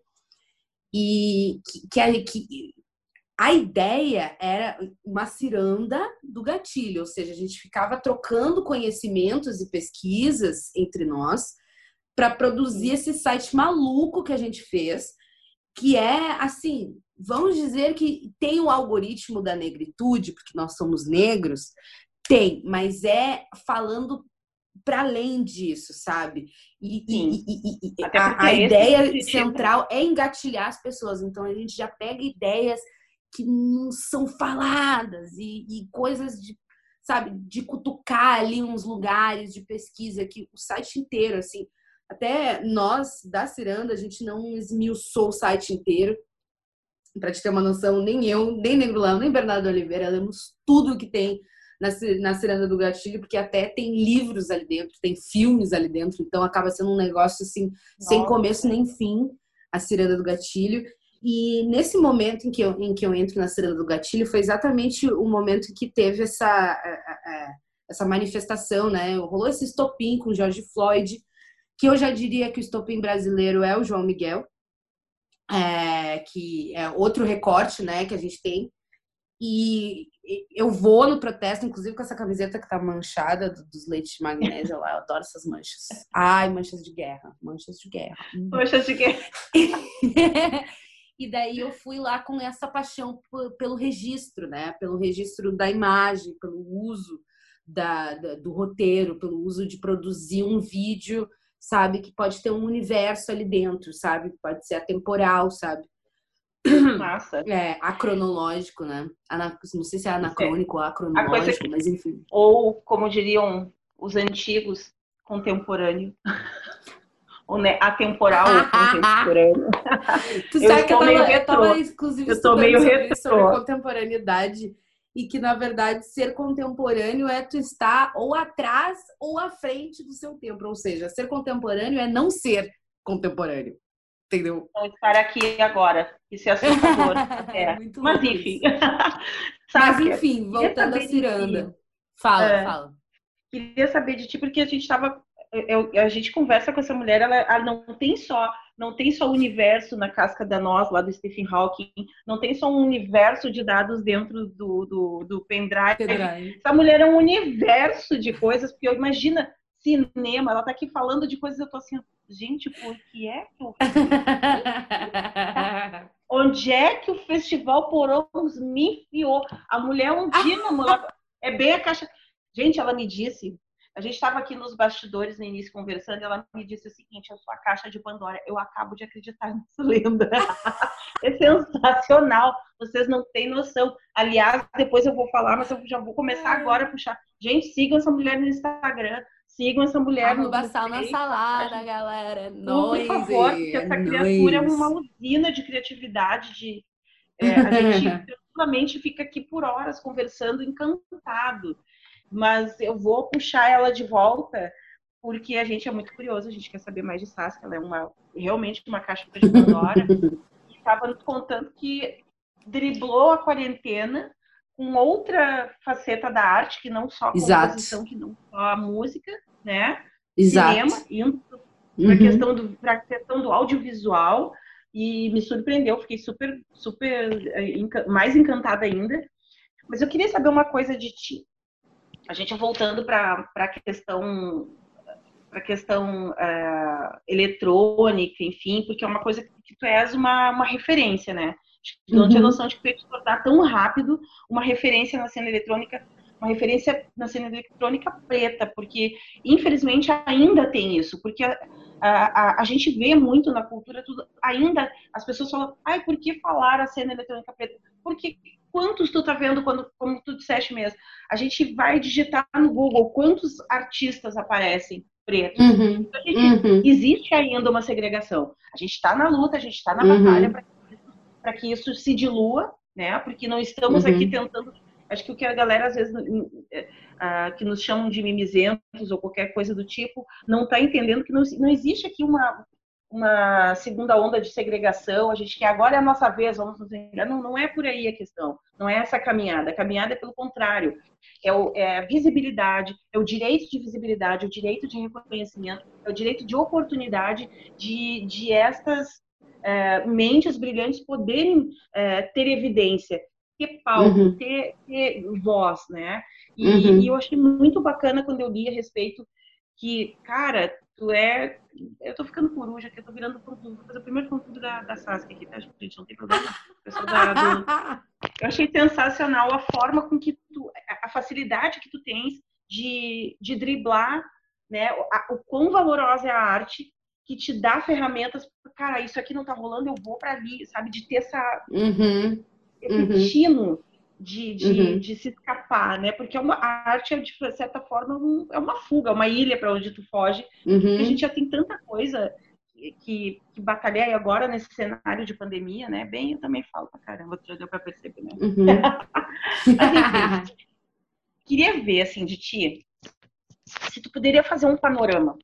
e que, que, a, que a ideia era uma ciranda do gatilho, ou seja, a gente ficava trocando conhecimentos e pesquisas entre nós para produzir esse site maluco que a gente fez, que é, assim, vamos dizer que tem o algoritmo da negritude, porque nós somos negros, tem, mas é falando para além disso, sabe? E, e, e, e a, a ideia central é engatilhar as pessoas, então a gente já pega ideias que não são faladas e, e coisas de, sabe, de cutucar ali uns lugares de pesquisa, que o site inteiro, assim, até nós, da Ciranda, a gente não esmiuçou o site inteiro. Para te ter uma noção, nem eu, nem Negro Léo, nem Bernardo Oliveira lemos tudo que tem na, na Ciranda do Gatilho, porque até tem livros ali dentro, tem filmes ali dentro, então acaba sendo um negócio assim, Nossa. sem começo nem fim, a Ciranda do Gatilho. E nesse momento em que eu, em que eu entro na Ciranda do Gatilho, foi exatamente o momento em que teve essa, essa manifestação, né? Rolou esse estopim com o George Floyd, que eu já diria que o estopim brasileiro é o João Miguel, é, que é outro recorte, né, que a gente tem. E eu vou no protesto, inclusive com essa camiseta que tá manchada dos leites de magnésia lá. Eu adoro essas manchas. Ai, manchas de guerra. Manchas de guerra. Manchas de guerra. E daí eu fui lá com essa paixão pelo registro, né? Pelo registro da imagem, pelo uso da, da, do roteiro, pelo uso de produzir um vídeo, sabe? Que pode ter um universo ali dentro, sabe? Pode ser atemporal, sabe? Massa. É, acronológico, né? Ana... Não sei se é anacrônico ou acronológico, que... mas enfim. Ou, como diriam os antigos, contemporâneo. Ou né, atemporal ou contemporâneo. Tu sabe eu que eu tava, meio eu tava inclusive eu tô meio sobre, sobre contemporaneidade e que, na verdade, ser contemporâneo é tu estar ou atrás ou à frente do seu tempo. Ou seja, ser contemporâneo é não ser contemporâneo. Entendeu? Então, estar aqui agora. Isso é assustador. É muito Mas, louco enfim. Mas, enfim, voltando à ciranda. Fala, é, fala. Queria saber de ti, porque a gente estava... a gente conversa com essa mulher, ela, ela não tem só não tem só o universo na casca da noz, lá do Stephen Hawking, não tem só um universo de dados dentro do, do, do pendrive. pendrive. Essa mulher é um universo de coisas, porque imagina, cinema, ela tá aqui falando de coisas, eu tô assim, gente, por que é que eu... Onde é que o Festival Porongos me enfiou? A mulher é um dínamo, ela... é bem a caixa... Gente, ela me disse... A gente estava aqui nos bastidores no início conversando e ela me disse o seguinte, eu sou a caixa de Pandora, eu acabo de acreditar nessa lenda. É sensacional, vocês não têm noção. Aliás, depois eu vou falar, mas eu já vou começar agora a puxar. Gente, sigam essa mulher no Instagram, sigam essa mulher no... Arroba sal na salada, galera. Por favor, porque essa criatura é uma usina de criatividade, de... É, a gente tranquilamente fica aqui por horas conversando, encantado. Mas eu vou puxar ela de volta, porque a gente é muito curioso, a gente quer saber mais de Saskia, ela é uma, realmente uma caixa de Pandora. E estava nos contando que driblou a quarentena com outra faceta da arte, que não só a composição, que não só a música, né? Exato. Cinema, indo para a uhum. questão, do, questão do audiovisual, e me surpreendeu, fiquei super, super, mais encantada ainda. Mas eu queria saber uma coisa de ti. A gente voltando para a questão, pra questão uh, eletrônica, enfim, porque é uma coisa que tu és uma, uma referência, né? Tu não uhum. tinha noção de que tu ia te tornar tão rápido uma referência na cena eletrônica, uma referência na cena eletrônica preta, porque infelizmente ainda tem isso, porque a, a, a gente vê muito na cultura, tudo, ainda as pessoas falam, ai, por que falar a cena eletrônica preta? Porque quantos tu tá vendo, quando, como tu disseste mesmo, a gente vai digitar no Google quantos artistas aparecem pretos. Uhum, então, a gente, uhum. Existe ainda uma segregação. A gente está na luta, a gente está na uhum. batalha para que, que isso se dilua, né? Porque não estamos uhum. aqui tentando... Acho que o que a galera, às vezes, uh, que nos chamam de mimizentos ou qualquer coisa do tipo, não está entendendo que não, não existe aqui uma... uma segunda onda de segregação, a gente quer agora é a nossa vez, vamos nos enganar. Não, não é por aí a questão, não é essa caminhada. A caminhada é pelo contrário, é, o, é a visibilidade, é o direito de visibilidade, o direito de reconhecimento, é o direito de oportunidade de, de estas é, mentes brilhantes poderem é, ter evidência, ter palco, uhum. ter, ter voz, né? E, uhum. e eu achei muito bacana quando eu li a respeito que, cara, tu é... Eu tô ficando coruja aqui, eu tô virando fã-clube. Vou fazer o primeiro fã-clube da, da Saskia aqui, tá, gente? Não tem problema. Da, do... Eu achei sensacional a forma com que tu... A facilidade que tu tens de, de driblar, né? O, o quão valorosa é a arte que te dá ferramentas. Cara, isso aqui não tá rolando, eu vou pra ali, sabe? De ter essa... Uhum. Esse uhum. tino de, de, uhum. de se escapar, né? Porque é uma, a arte, de certa forma, um, é uma fuga, uma ilha para onde tu foge. Uhum. Porque a gente já tem tanta coisa que, que, que batalhar agora nesse cenário de pandemia, né? Bem, eu também falo pra caramba, já deu para perceber, né? Uhum. Mas, enfim, queria ver, assim, de ti, se tu poderia fazer um panorama.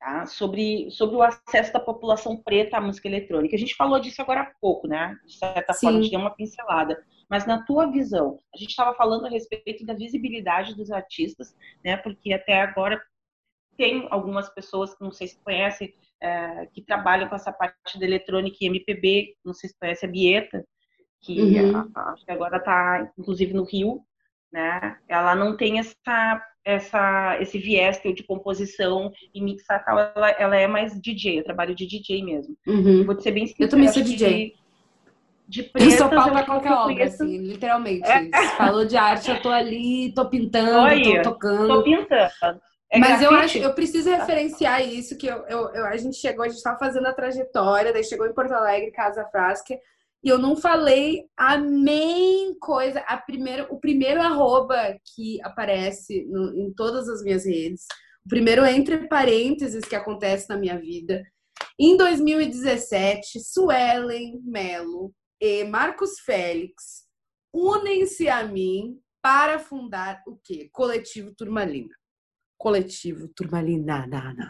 tá? Sobre, sobre o acesso da população preta à música eletrônica. A gente falou disso agora há pouco, né? De certa forma, a gente Sim. deu uma pincelada. Mas na tua visão, a gente estava falando a respeito da visibilidade dos artistas, né? Porque até agora tem algumas pessoas que não sei se conhecem, é, que trabalham com essa parte da eletrônica e M P B, não sei se conhece a Bieta, que Uhum. a, acho que agora está, inclusive, no Rio, né? Ela não tem essa, essa, esse viés teu de composição e mixar tal, ela, ela é mais D J, eu trabalho de D J mesmo. Uhum. Vou te ser bem Eu também sincera, sou acho D J. que de Eu sou pretas, pau eu pra acho que o que qualquer eu obra, conheço assim, literalmente. é, Se falou de arte, eu tô ali, tô tô pintando, aí, tô tô tocando. pintando. É Mas eu acho, grafite? eu preciso referenciar isso, que eu, eu, eu- a gente chegou, a gente estava fazendo a trajetória, daí chegou em Porto Alegre, Casa Frasca, e eu não falei a main coisa, a primeiro, o primeiro arroba que aparece no- em todas as minhas redes, o primeiro entre parênteses que acontece na minha vida. Em dois mil e dezessete, Suelen Melo e Marcos Félix unem-se a mim para fundar o quê? Coletivo Turmalina. Coletivo Turmalina, na, na,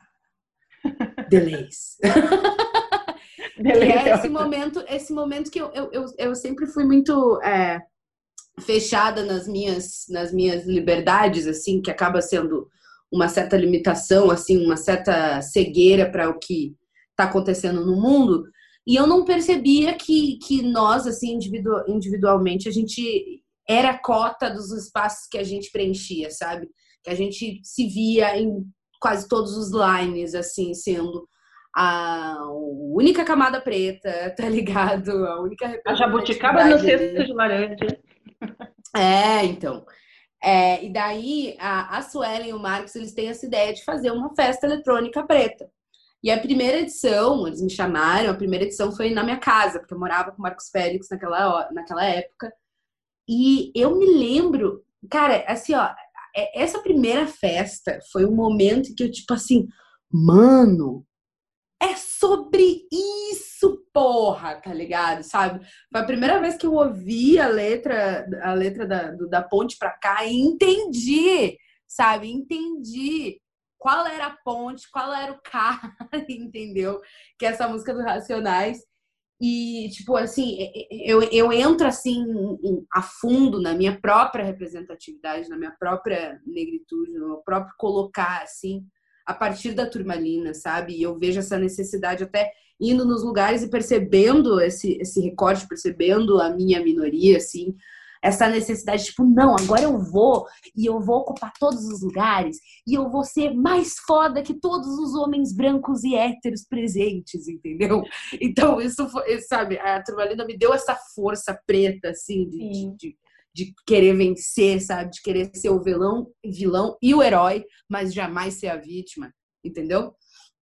Delays. Que é esse Beleza. momento, esse momento que eu, eu, eu, eu sempre fui muito é, fechada nas minhas, nas minhas liberdades, assim, que acaba sendo uma certa limitação, assim, uma certa cegueira para o que está acontecendo no mundo. E eu não percebia que, que nós, assim, individu individualmente, a gente era a cota dos espaços que a gente preenchia, sabe? Que a gente se via em quase todos os lines, assim, sendo a única camada preta, tá ligado? A única A jabuticaba no representatividade cesto ali. de laranja. É, então. É, e daí a, a Suelen e o Marcos, eles têm essa ideia de fazer uma festa eletrônica preta. E a primeira edição, eles me chamaram, a primeira edição foi na minha casa, porque eu morava com o Marcos Félix naquela, naquela época. E eu me lembro, cara, assim, ó, essa primeira festa foi um momento em que eu, tipo assim, mano, é sobre isso, porra, tá ligado? Sabe? Foi a primeira vez que eu ouvi a letra, a letra da, do, da ponte pra cá e entendi, sabe? Entendi qual era a ponte, qual era o cara, entendeu? Que é essa música dos Racionais. E, tipo, assim, eu, eu entro, assim, a fundo na minha própria representatividade, na minha própria negritude, no meu próprio colocar, assim, a partir da turmalina, sabe? E eu vejo essa necessidade até indo nos lugares e percebendo esse, esse recorte, percebendo a minha minoria, assim, essa necessidade, tipo, não, agora eu vou e eu vou ocupar todos os lugares e eu vou ser mais foda que todos os homens brancos e héteros presentes, entendeu? Então, isso foi, sabe, a turmalina me deu essa força preta, assim, de, de, de, de querer vencer, sabe? De querer ser o vilão, vilão e o herói, mas jamais ser a vítima, entendeu?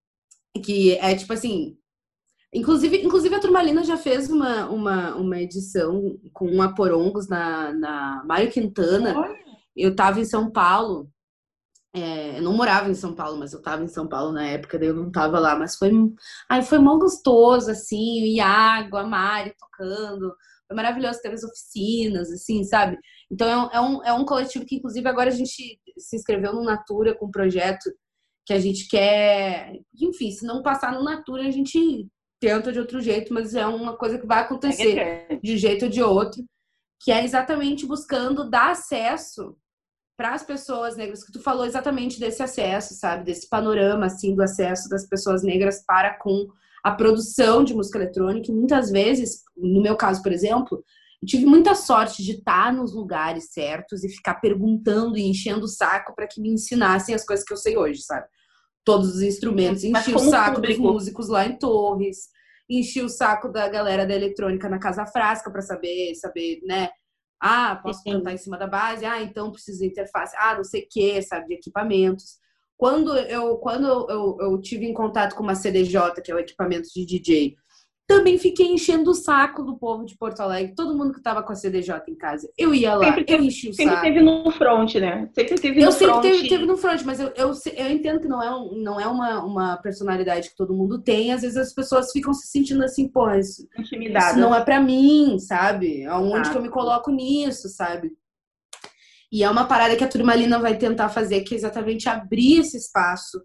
Que é tipo assim. Inclusive, inclusive a Turmalina já fez uma, uma, uma edição com a Porongos na, na Mário Quintana. Olha. Eu tava em São Paulo. É, eu não morava em São Paulo, mas eu tava em São Paulo na época, daí eu não tava lá, mas foi, ai, foi mó gostoso, assim, o Iago, a Mari tocando, foi maravilhoso, teve as oficinas, assim, sabe? Então é um, é um, é um coletivo que, inclusive, agora a gente se inscreveu no Natura com um projeto que a gente quer, enfim, se não passar no Natura, a gente tenta de outro jeito, mas é uma coisa que vai acontecer de um jeito ou de outro, que é exatamente buscando dar acesso para as pessoas negras, que tu falou exatamente desse acesso, sabe? Desse panorama, assim, do acesso das pessoas negras para com a produção de música eletrônica. E muitas vezes, no meu caso, por exemplo, eu tive muita sorte de estar nos lugares certos e ficar perguntando e enchendo o saco para que me ensinassem as coisas que eu sei hoje, sabe? Todos os instrumentos. Enchi o saco dos músicos lá em Torres, enchi o saco da galera da eletrônica na Casa Frasca para saber, saber, né? Ah, posso Sim. cantar em cima da base? Ah, então preciso de interface. Ah, não sei o que, sabe, de equipamentos. Quando eu, quando eu, eu, eu tive em contato com uma C D J, que é o equipamento de D J, também fiquei enchendo o saco do povo de Porto Alegre, todo mundo que tava com a C D J em casa. Eu ia lá, Sempre eu teve, enchi o sempre saco. teve no front, né? Sempre teve Eu no sempre front. teve, teve no front, mas eu, eu, eu entendo que não é, um, não é uma, uma personalidade que todo mundo tem. Às vezes as pessoas ficam se sentindo assim, pô, isso, isso não é pra mim, sabe? Aonde que eu me coloco nisso, sabe? E é uma parada que a Turmalina vai tentar fazer, que é exatamente abrir esse espaço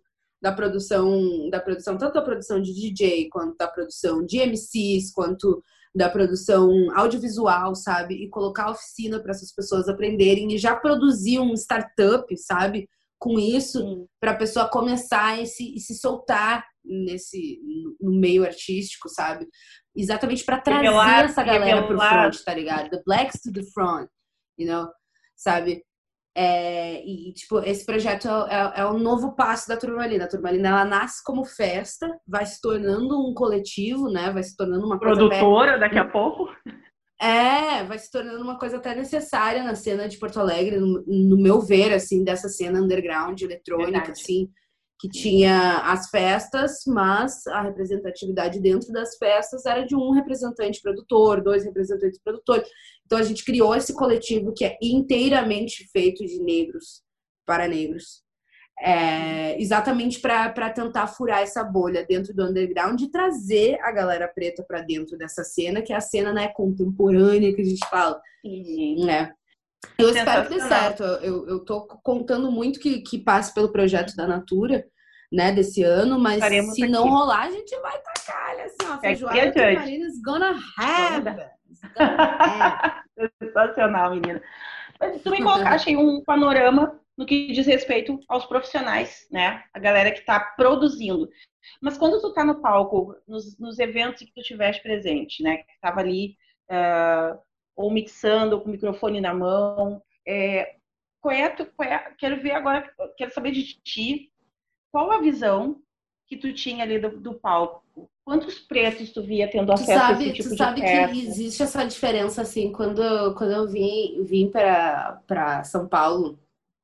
da produção, da produção, tanto da produção de D J, quanto da produção de M Cs, quanto da produção audiovisual, sabe? E colocar oficina para essas pessoas aprenderem e já produzir um startup, sabe? Com isso, para a pessoa começar e se, e se soltar nesse, no meio artístico, sabe? Exatamente para trazer revelar, essa galera revelar. pro front, tá ligado? The blacks to the front, you know? Sabe? É, e, tipo, esse projeto é, é um novo passo da Turmalina. A Turmalina, ela nasce como festa, vai se tornando um coletivo, né? Vai se tornando uma coisa... Produtora, até... daqui a pouco. É, vai se tornando uma coisa até necessária na cena de Porto Alegre, no, no meu ver, assim, dessa cena underground, eletrônica, Verdade. assim, que tinha as festas, mas a representatividade dentro das festas era de um representante produtor, dois representantes produtores. Então a gente criou esse coletivo que é inteiramente feito de negros para negros. É, exatamente para tentar furar essa bolha dentro do underground e trazer a galera preta para dentro dessa cena, que é a cena, né, contemporânea que a gente fala. Sim. Né? Eu espero que dê certo. Eu, eu tô contando muito que, que passe pelo projeto da Natura, né, desse ano, mas Estaremos se aqui. não rolar, a gente vai tacar, assim, ó, a feijoada de Marinas gonna have. Sensacional, menina. Mas tu me colocaste aí um panorama no que diz respeito aos profissionais, né? A galera que está produzindo. Mas quando tu tá no palco, nos, nos eventos que tu tiveste presente, né? Que estava ali uh, ou mixando, ou com o microfone na mão, é, qual é, qual é, quero ver agora, quero saber de ti, qual a visão que tu tinha ali do, do palco? Quantos pretos tu via tendo acesso sabe, a esse tipo tu de sabe festa? Que existe essa diferença, assim, quando, quando eu vim, vim para São Paulo,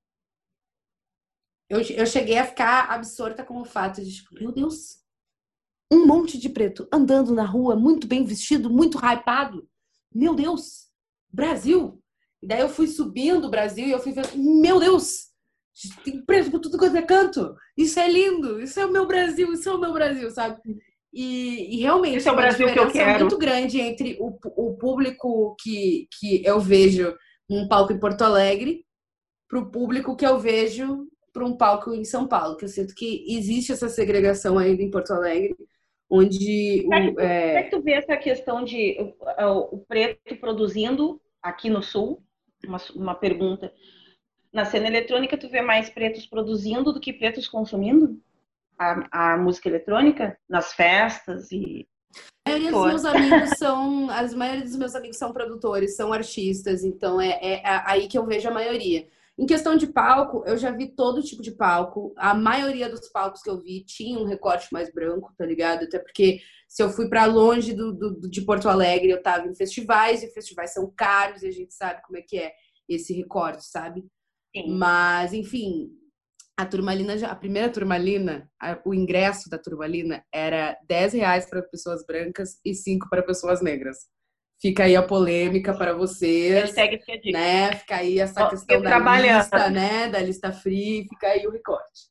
eu, eu cheguei a ficar absorta com o fato de, tipo, meu Deus, um monte de preto andando na rua, muito bem vestido, muito hypado. Meu Deus, Brasil! E daí eu fui subindo o Brasil e eu fui vendo, meu Deus, tem preto por tudo quanto é canto. Isso é lindo, isso é o meu Brasil, isso é o meu Brasil, sabe? E, e realmente Esse é o Brasil uma que eu diferença quero. muito grande entre o, o público que, que eu vejo num palco em Porto Alegre para o público que eu vejo para um palco em São Paulo, que eu sinto que existe essa segregação ainda em Porto Alegre, onde... Como é que tu, é... como é que tu vê essa questão de o, o preto produzindo aqui no Sul? Uma, uma pergunta. Na cena eletrônica, tu vê mais pretos produzindo do que pretos consumindo a, a música eletrônica? Nas festas e... A maioria dos meus amigos são... As maioria dos meus amigos são produtores, são artistas, então é, é aí que eu vejo a maioria. Em questão de palco, eu já vi todo tipo de palco. A maioria dos palcos que eu vi tinha um recorte mais branco, tá ligado? Até porque se eu fui pra longe do, do, de Porto Alegre, eu tava em festivais, e festivais são caros, e a gente sabe como é que é esse recorte, sabe? Sim. Mas, enfim, a Turmalina, a primeira Turmalina, o ingresso da Turmalina era dez reais para pessoas brancas e cinco para pessoas negras. Fica aí a polêmica para vocês, né? Fica aí essa questão da lista, né? Da lista free, fica aí o recorte.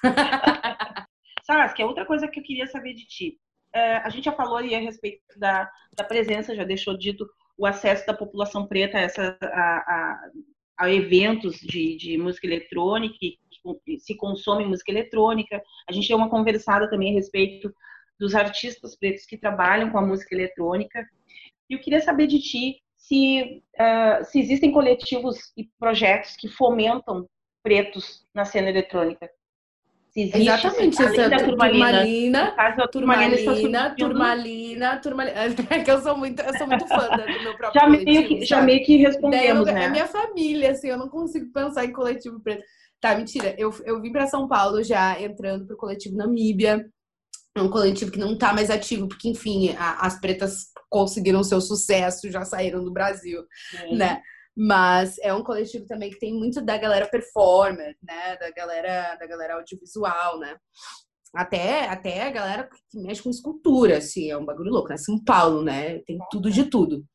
Sabe, que é outra coisa que eu queria saber de ti. É, a gente já falou aí a respeito da, da presença, já deixou dito o acesso da população preta a, essa, a, a, a eventos de, de música eletrônica, que, que se consome música eletrônica. A gente deu uma conversada também a respeito dos artistas pretos que trabalham com a música eletrônica. E eu queria saber de ti se, uh, se existem coletivos e projetos que fomentam pretos na cena eletrônica. Se existe, exatamente, se, além da Turmalina, Turmalina, Turmalina, Turmalina, Turmalina. É que eu sou muito, eu sou muito fã do meu próprio já coletivo. Meio que, já meio que respondemos, eu, né? É minha família, assim, eu não consigo pensar em coletivo preto. Tá, mentira. Eu, eu vim para São Paulo já entrando pro coletivo Namíbia. É um coletivo que não tá mais ativo, porque, enfim, a, as pretas conseguiram seu sucesso, já saíram do Brasil, Sim. né? Mas é um coletivo também que tem muito da galera performer, né? Da galera, da galera audiovisual, né? Até, até a galera que mexe com escultura, assim, é um bagulho louco, né? São Paulo, né? Tem tudo de tudo.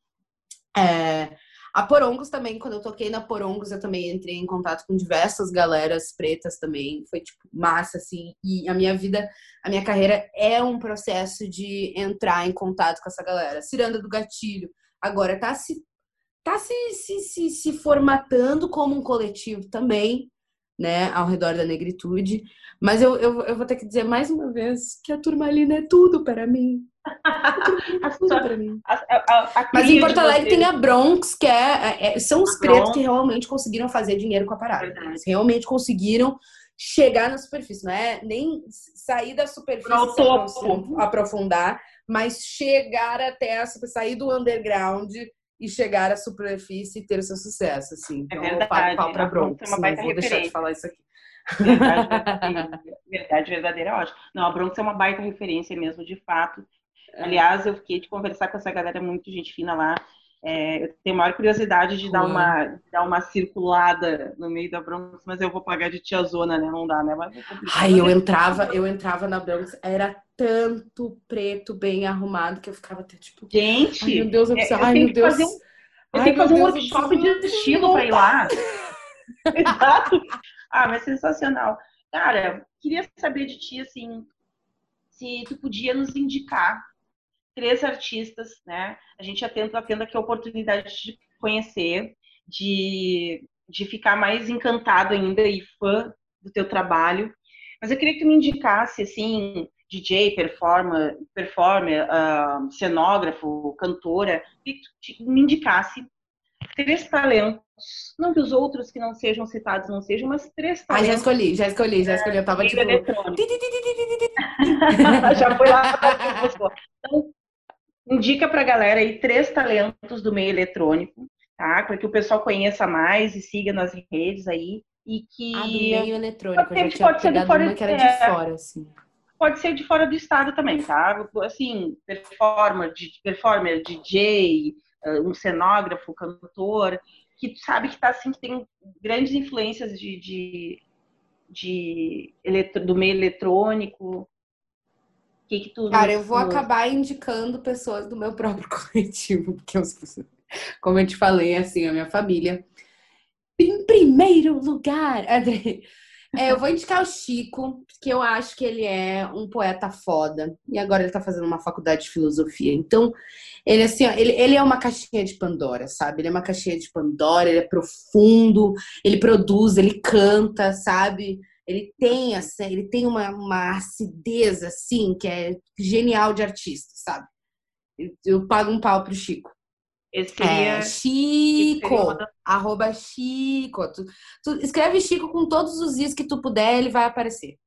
É... A Porongos também, quando eu toquei na Porongos, eu também entrei em contato com diversas galeras pretas também. Foi, tipo, massa, assim. E a minha vida, a minha carreira é um processo de entrar em contato com essa galera. Ciranda do Gatilho agora tá se, tá se, se, se, se formatando como um coletivo também, né, ao redor da negritude. Mas eu, eu, eu vou ter que dizer mais uma vez que a turmalina é tudo para mim. A turmalina é tudo para mim. A, a, a Mas em Porto Alegre tem a Bronx, que é, é são os a pretos Bronx. que realmente conseguiram fazer dinheiro com a parada. Verdade. Eles realmente conseguiram chegar na superfície. Não é nem sair da superfície, Pro se topo. apro- aprofundar, mas chegar até a sair do underground e chegar à superfície e ter o seu sucesso, assim. Então, É eu pago pau verdade. pra A Bronx Bronx, é uma não baita vou deixar de referência. falar isso aqui. Verdade verdadeira. Verdade verdadeira é ótimo. Não, a Bronx é uma baita referência mesmo, de fato. Aliás, eu fiquei de conversar com essa galera, muito gente fina lá. É, eu tenho a maior curiosidade de dar uma, de dar uma circulada no meio da Bronx, mas eu vou pagar de tiazona, né? Não dá, né? Mas é complicado. Ai, eu entrava, eu entrava na Bronx, era tanto preto bem arrumado que eu ficava até tipo, Gente, ai meu Deus, eu preciso, é, eu ai tenho meu que Deus, fazer um, eu ai tenho que meu fazer um Deus, eu workshop preciso de estilo para ir lá. Exato. Ah, mas sensacional. Cara, queria saber de ti, assim, se tu podia nos indicar três artistas, né? A gente já tenta, tendo aqui a oportunidade de conhecer, de, de ficar mais encantado ainda e fã do teu trabalho. Mas eu queria que tu me indicasse, assim, D J, performer, performer uh, cenógrafo, cantora, que tu me indicasse três talentos, não que os outros que não sejam citados não sejam, mas três ai, já talentos escolhi, já escolhi, já escolhi, eu do tava meio tipo eletrônico. Já foi lá para buscou. Então, indica para a galera aí três talentos do meio eletrônico, tá? Para que o pessoal conheça mais e siga nas redes aí. E ah, do que meio eletrônico, pode eu já ser, tinha pode ser de pegado fora, uma que era de é, fora, assim. pode ser de fora do estado também, tá? Assim, performer, performer, D J, um cenógrafo, cantor, que tu sabe que tá assim, que tem grandes influências de, de, de eletro, do meio eletrônico. Que que tu Cara, nos, eu vou nos... acabar indicando pessoas do meu próprio coletivo, porque eu, como eu te falei, assim, a minha família. Em primeiro lugar, André, é, eu vou indicar o Chico, porque eu acho que ele é um poeta foda. E agora ele tá fazendo uma faculdade de filosofia. Então, ele assim, ó, ele, ele é uma caixinha de Pandora, sabe? Ele é uma caixinha de Pandora, ele é profundo, ele produz, ele canta, sabe? Ele tem, assim, ele tem uma, uma acidez, assim, que é genial de artista, sabe? Eu, eu pago um pau pro Chico. Esse É, seria, Chico, seria uma das... arroba Chico. Tu, tu escreve Chico com todos os is que tu puder, ele vai aparecer.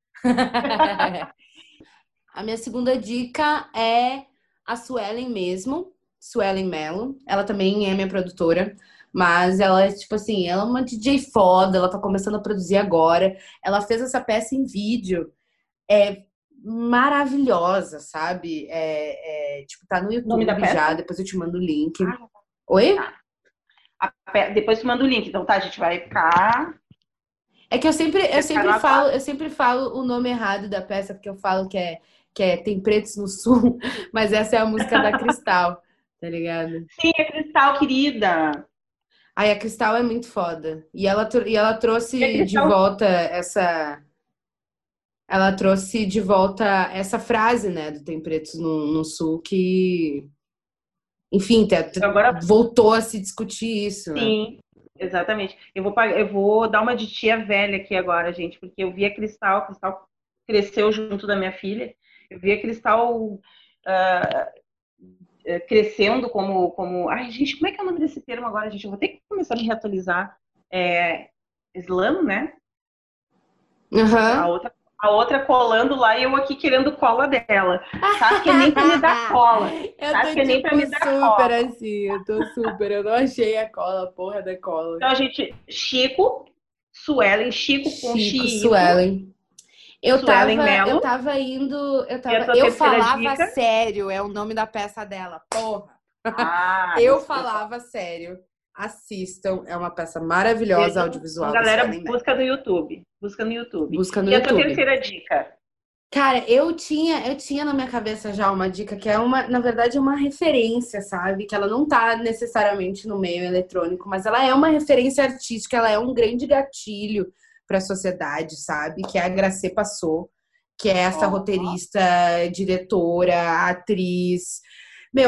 A minha segunda dica é a Suelen mesmo, Suelen Mello. Ela também é minha produtora, mas ela é tipo assim, ela é uma D J foda, ela tá começando a produzir agora. Ela fez essa peça em vídeo, é maravilhosa, sabe? É, é, tipo, tá no nome da YouTube peça? já, depois eu te mando o link. Ah, Oi? tá. A pe... Depois tu manda o link, então tá, a gente vai ficar... É que eu sempre, eu Vai ficar no sempre falo, aguardo. eu sempre falo o nome errado da peça, porque eu falo que é, que é Tem Pretos no Sul, mas essa é a música da Cristal, tá ligado? Sim, é Cristal, querida. Aí a Cristal é muito foda. E ela, tro- e ela E a trouxe de Cristal... volta essa. Ela trouxe de volta essa frase, né, do Tem Pretos no, no Sul, que, enfim, te- te- Agora, voltou a se discutir isso, né? sim, exatamente. Eu vou, pag- eu vou dar uma de tia velha aqui agora, gente, porque eu vi a Cristal, a Cristal cresceu junto da minha filha. Eu vi a Cristal ah, eh, crescendo como, como... Ai, gente, como é que é o nome desse termo agora, gente? Eu vou ter que começar a me reatualizar. É... Slam, né? A Aham. outra, a outra colando lá e eu aqui querendo cola dela. Sabe que é nem pra me dar cola. Eu Sabe tô, que é nem tipo, pra me dar super cola. assim. Eu tô super. Eu não achei a cola, a porra da cola. Então a gente, Chico, Suelen, Chico com Chico, Chico, Suelen. Eu Suelen tava, eu Mello. tava indo. Eu E a tava. tua Eu terceira falava dica? sério, é o nome da peça dela. Porra. Ah, Eu esse pessoal. falava sério. Assistam. É uma peça maravilhosa Então, então, audiovisual da galera, Suelen Mello. busca no YouTube. Busca no YouTube. Busca no E a tua YouTube. terceira dica? Cara, eu tinha, eu tinha na minha cabeça já uma dica que é uma, na verdade, é uma referência, sabe? Que ela não tá necessariamente no meio eletrônico, mas ela é uma referência artística, ela é um grande gatilho para a sociedade, sabe? Que é a Gracê Passou, que é essa Ó, roteirista, diretora, atriz. Meu,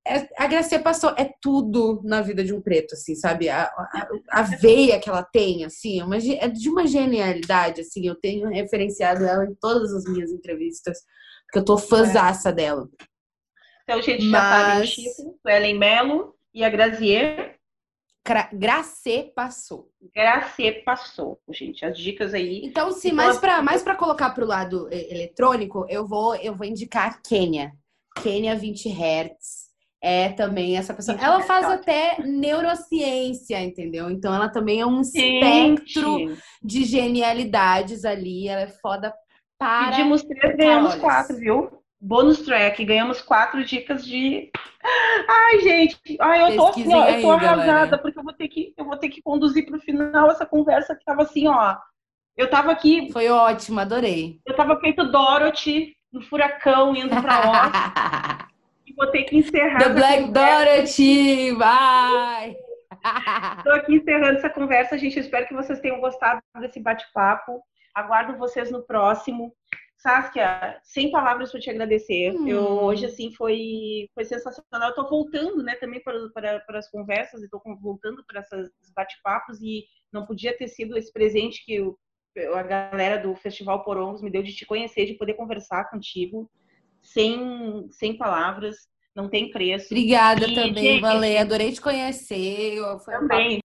é, a Gracie passou, é tudo na vida de um preto, assim, sabe? A, a, a veia que ela tem, assim, é, uma, é de uma genialidade, assim. Eu tenho referenciado ela em todas as minhas entrevistas, porque eu tô fãzaça é. dela. Então, gente, já Mas... sabem o Chico, o Ellen Mello e a Grazier. Gracie passou. Gracie passou, gente. As dicas aí. Então, se então, mais para mais para colocar para o lado eletrônico, eu vou eu vou indicar a Kenya. Kenya vinte hertz é também essa pessoa. Ela faz até neurociência, entendeu? Então, ela também é um espectro gente. de genialidades ali. Ela é foda para. Pedimos três, ganhamos quatro, viu? Bônus track, ganhamos quatro dicas de. Ai, gente, ai, eu tô assim, ó, eu tô aí, arrasada, galera. Porque eu vou ter que, eu vou ter que conduzir pro final essa conversa que tava assim, ó. Eu tava aqui. Foi ótimo, adorei. Eu tava feito Dorothy no furacão indo pra Oz. E vou ter que encerrar. The Black conversa. Dorothy, vai! Tô aqui encerrando essa conversa, gente. Eu espero que vocês tenham gostado desse bate-papo. Aguardo vocês no próximo. Saskia, sem palavras para te agradecer. Hum. Eu hoje assim foi foi sensacional. Eu tô voltando, né, também para, para, para as conversas, e tô voltando para esses bate-papos e não podia ter sido esse presente que eu, a galera do Festival Porongos me deu de te conhecer, de poder conversar contigo sem sem palavras. Não tem preço. Obrigada e, também, gente, Valê. Adorei te conhecer. Foi também.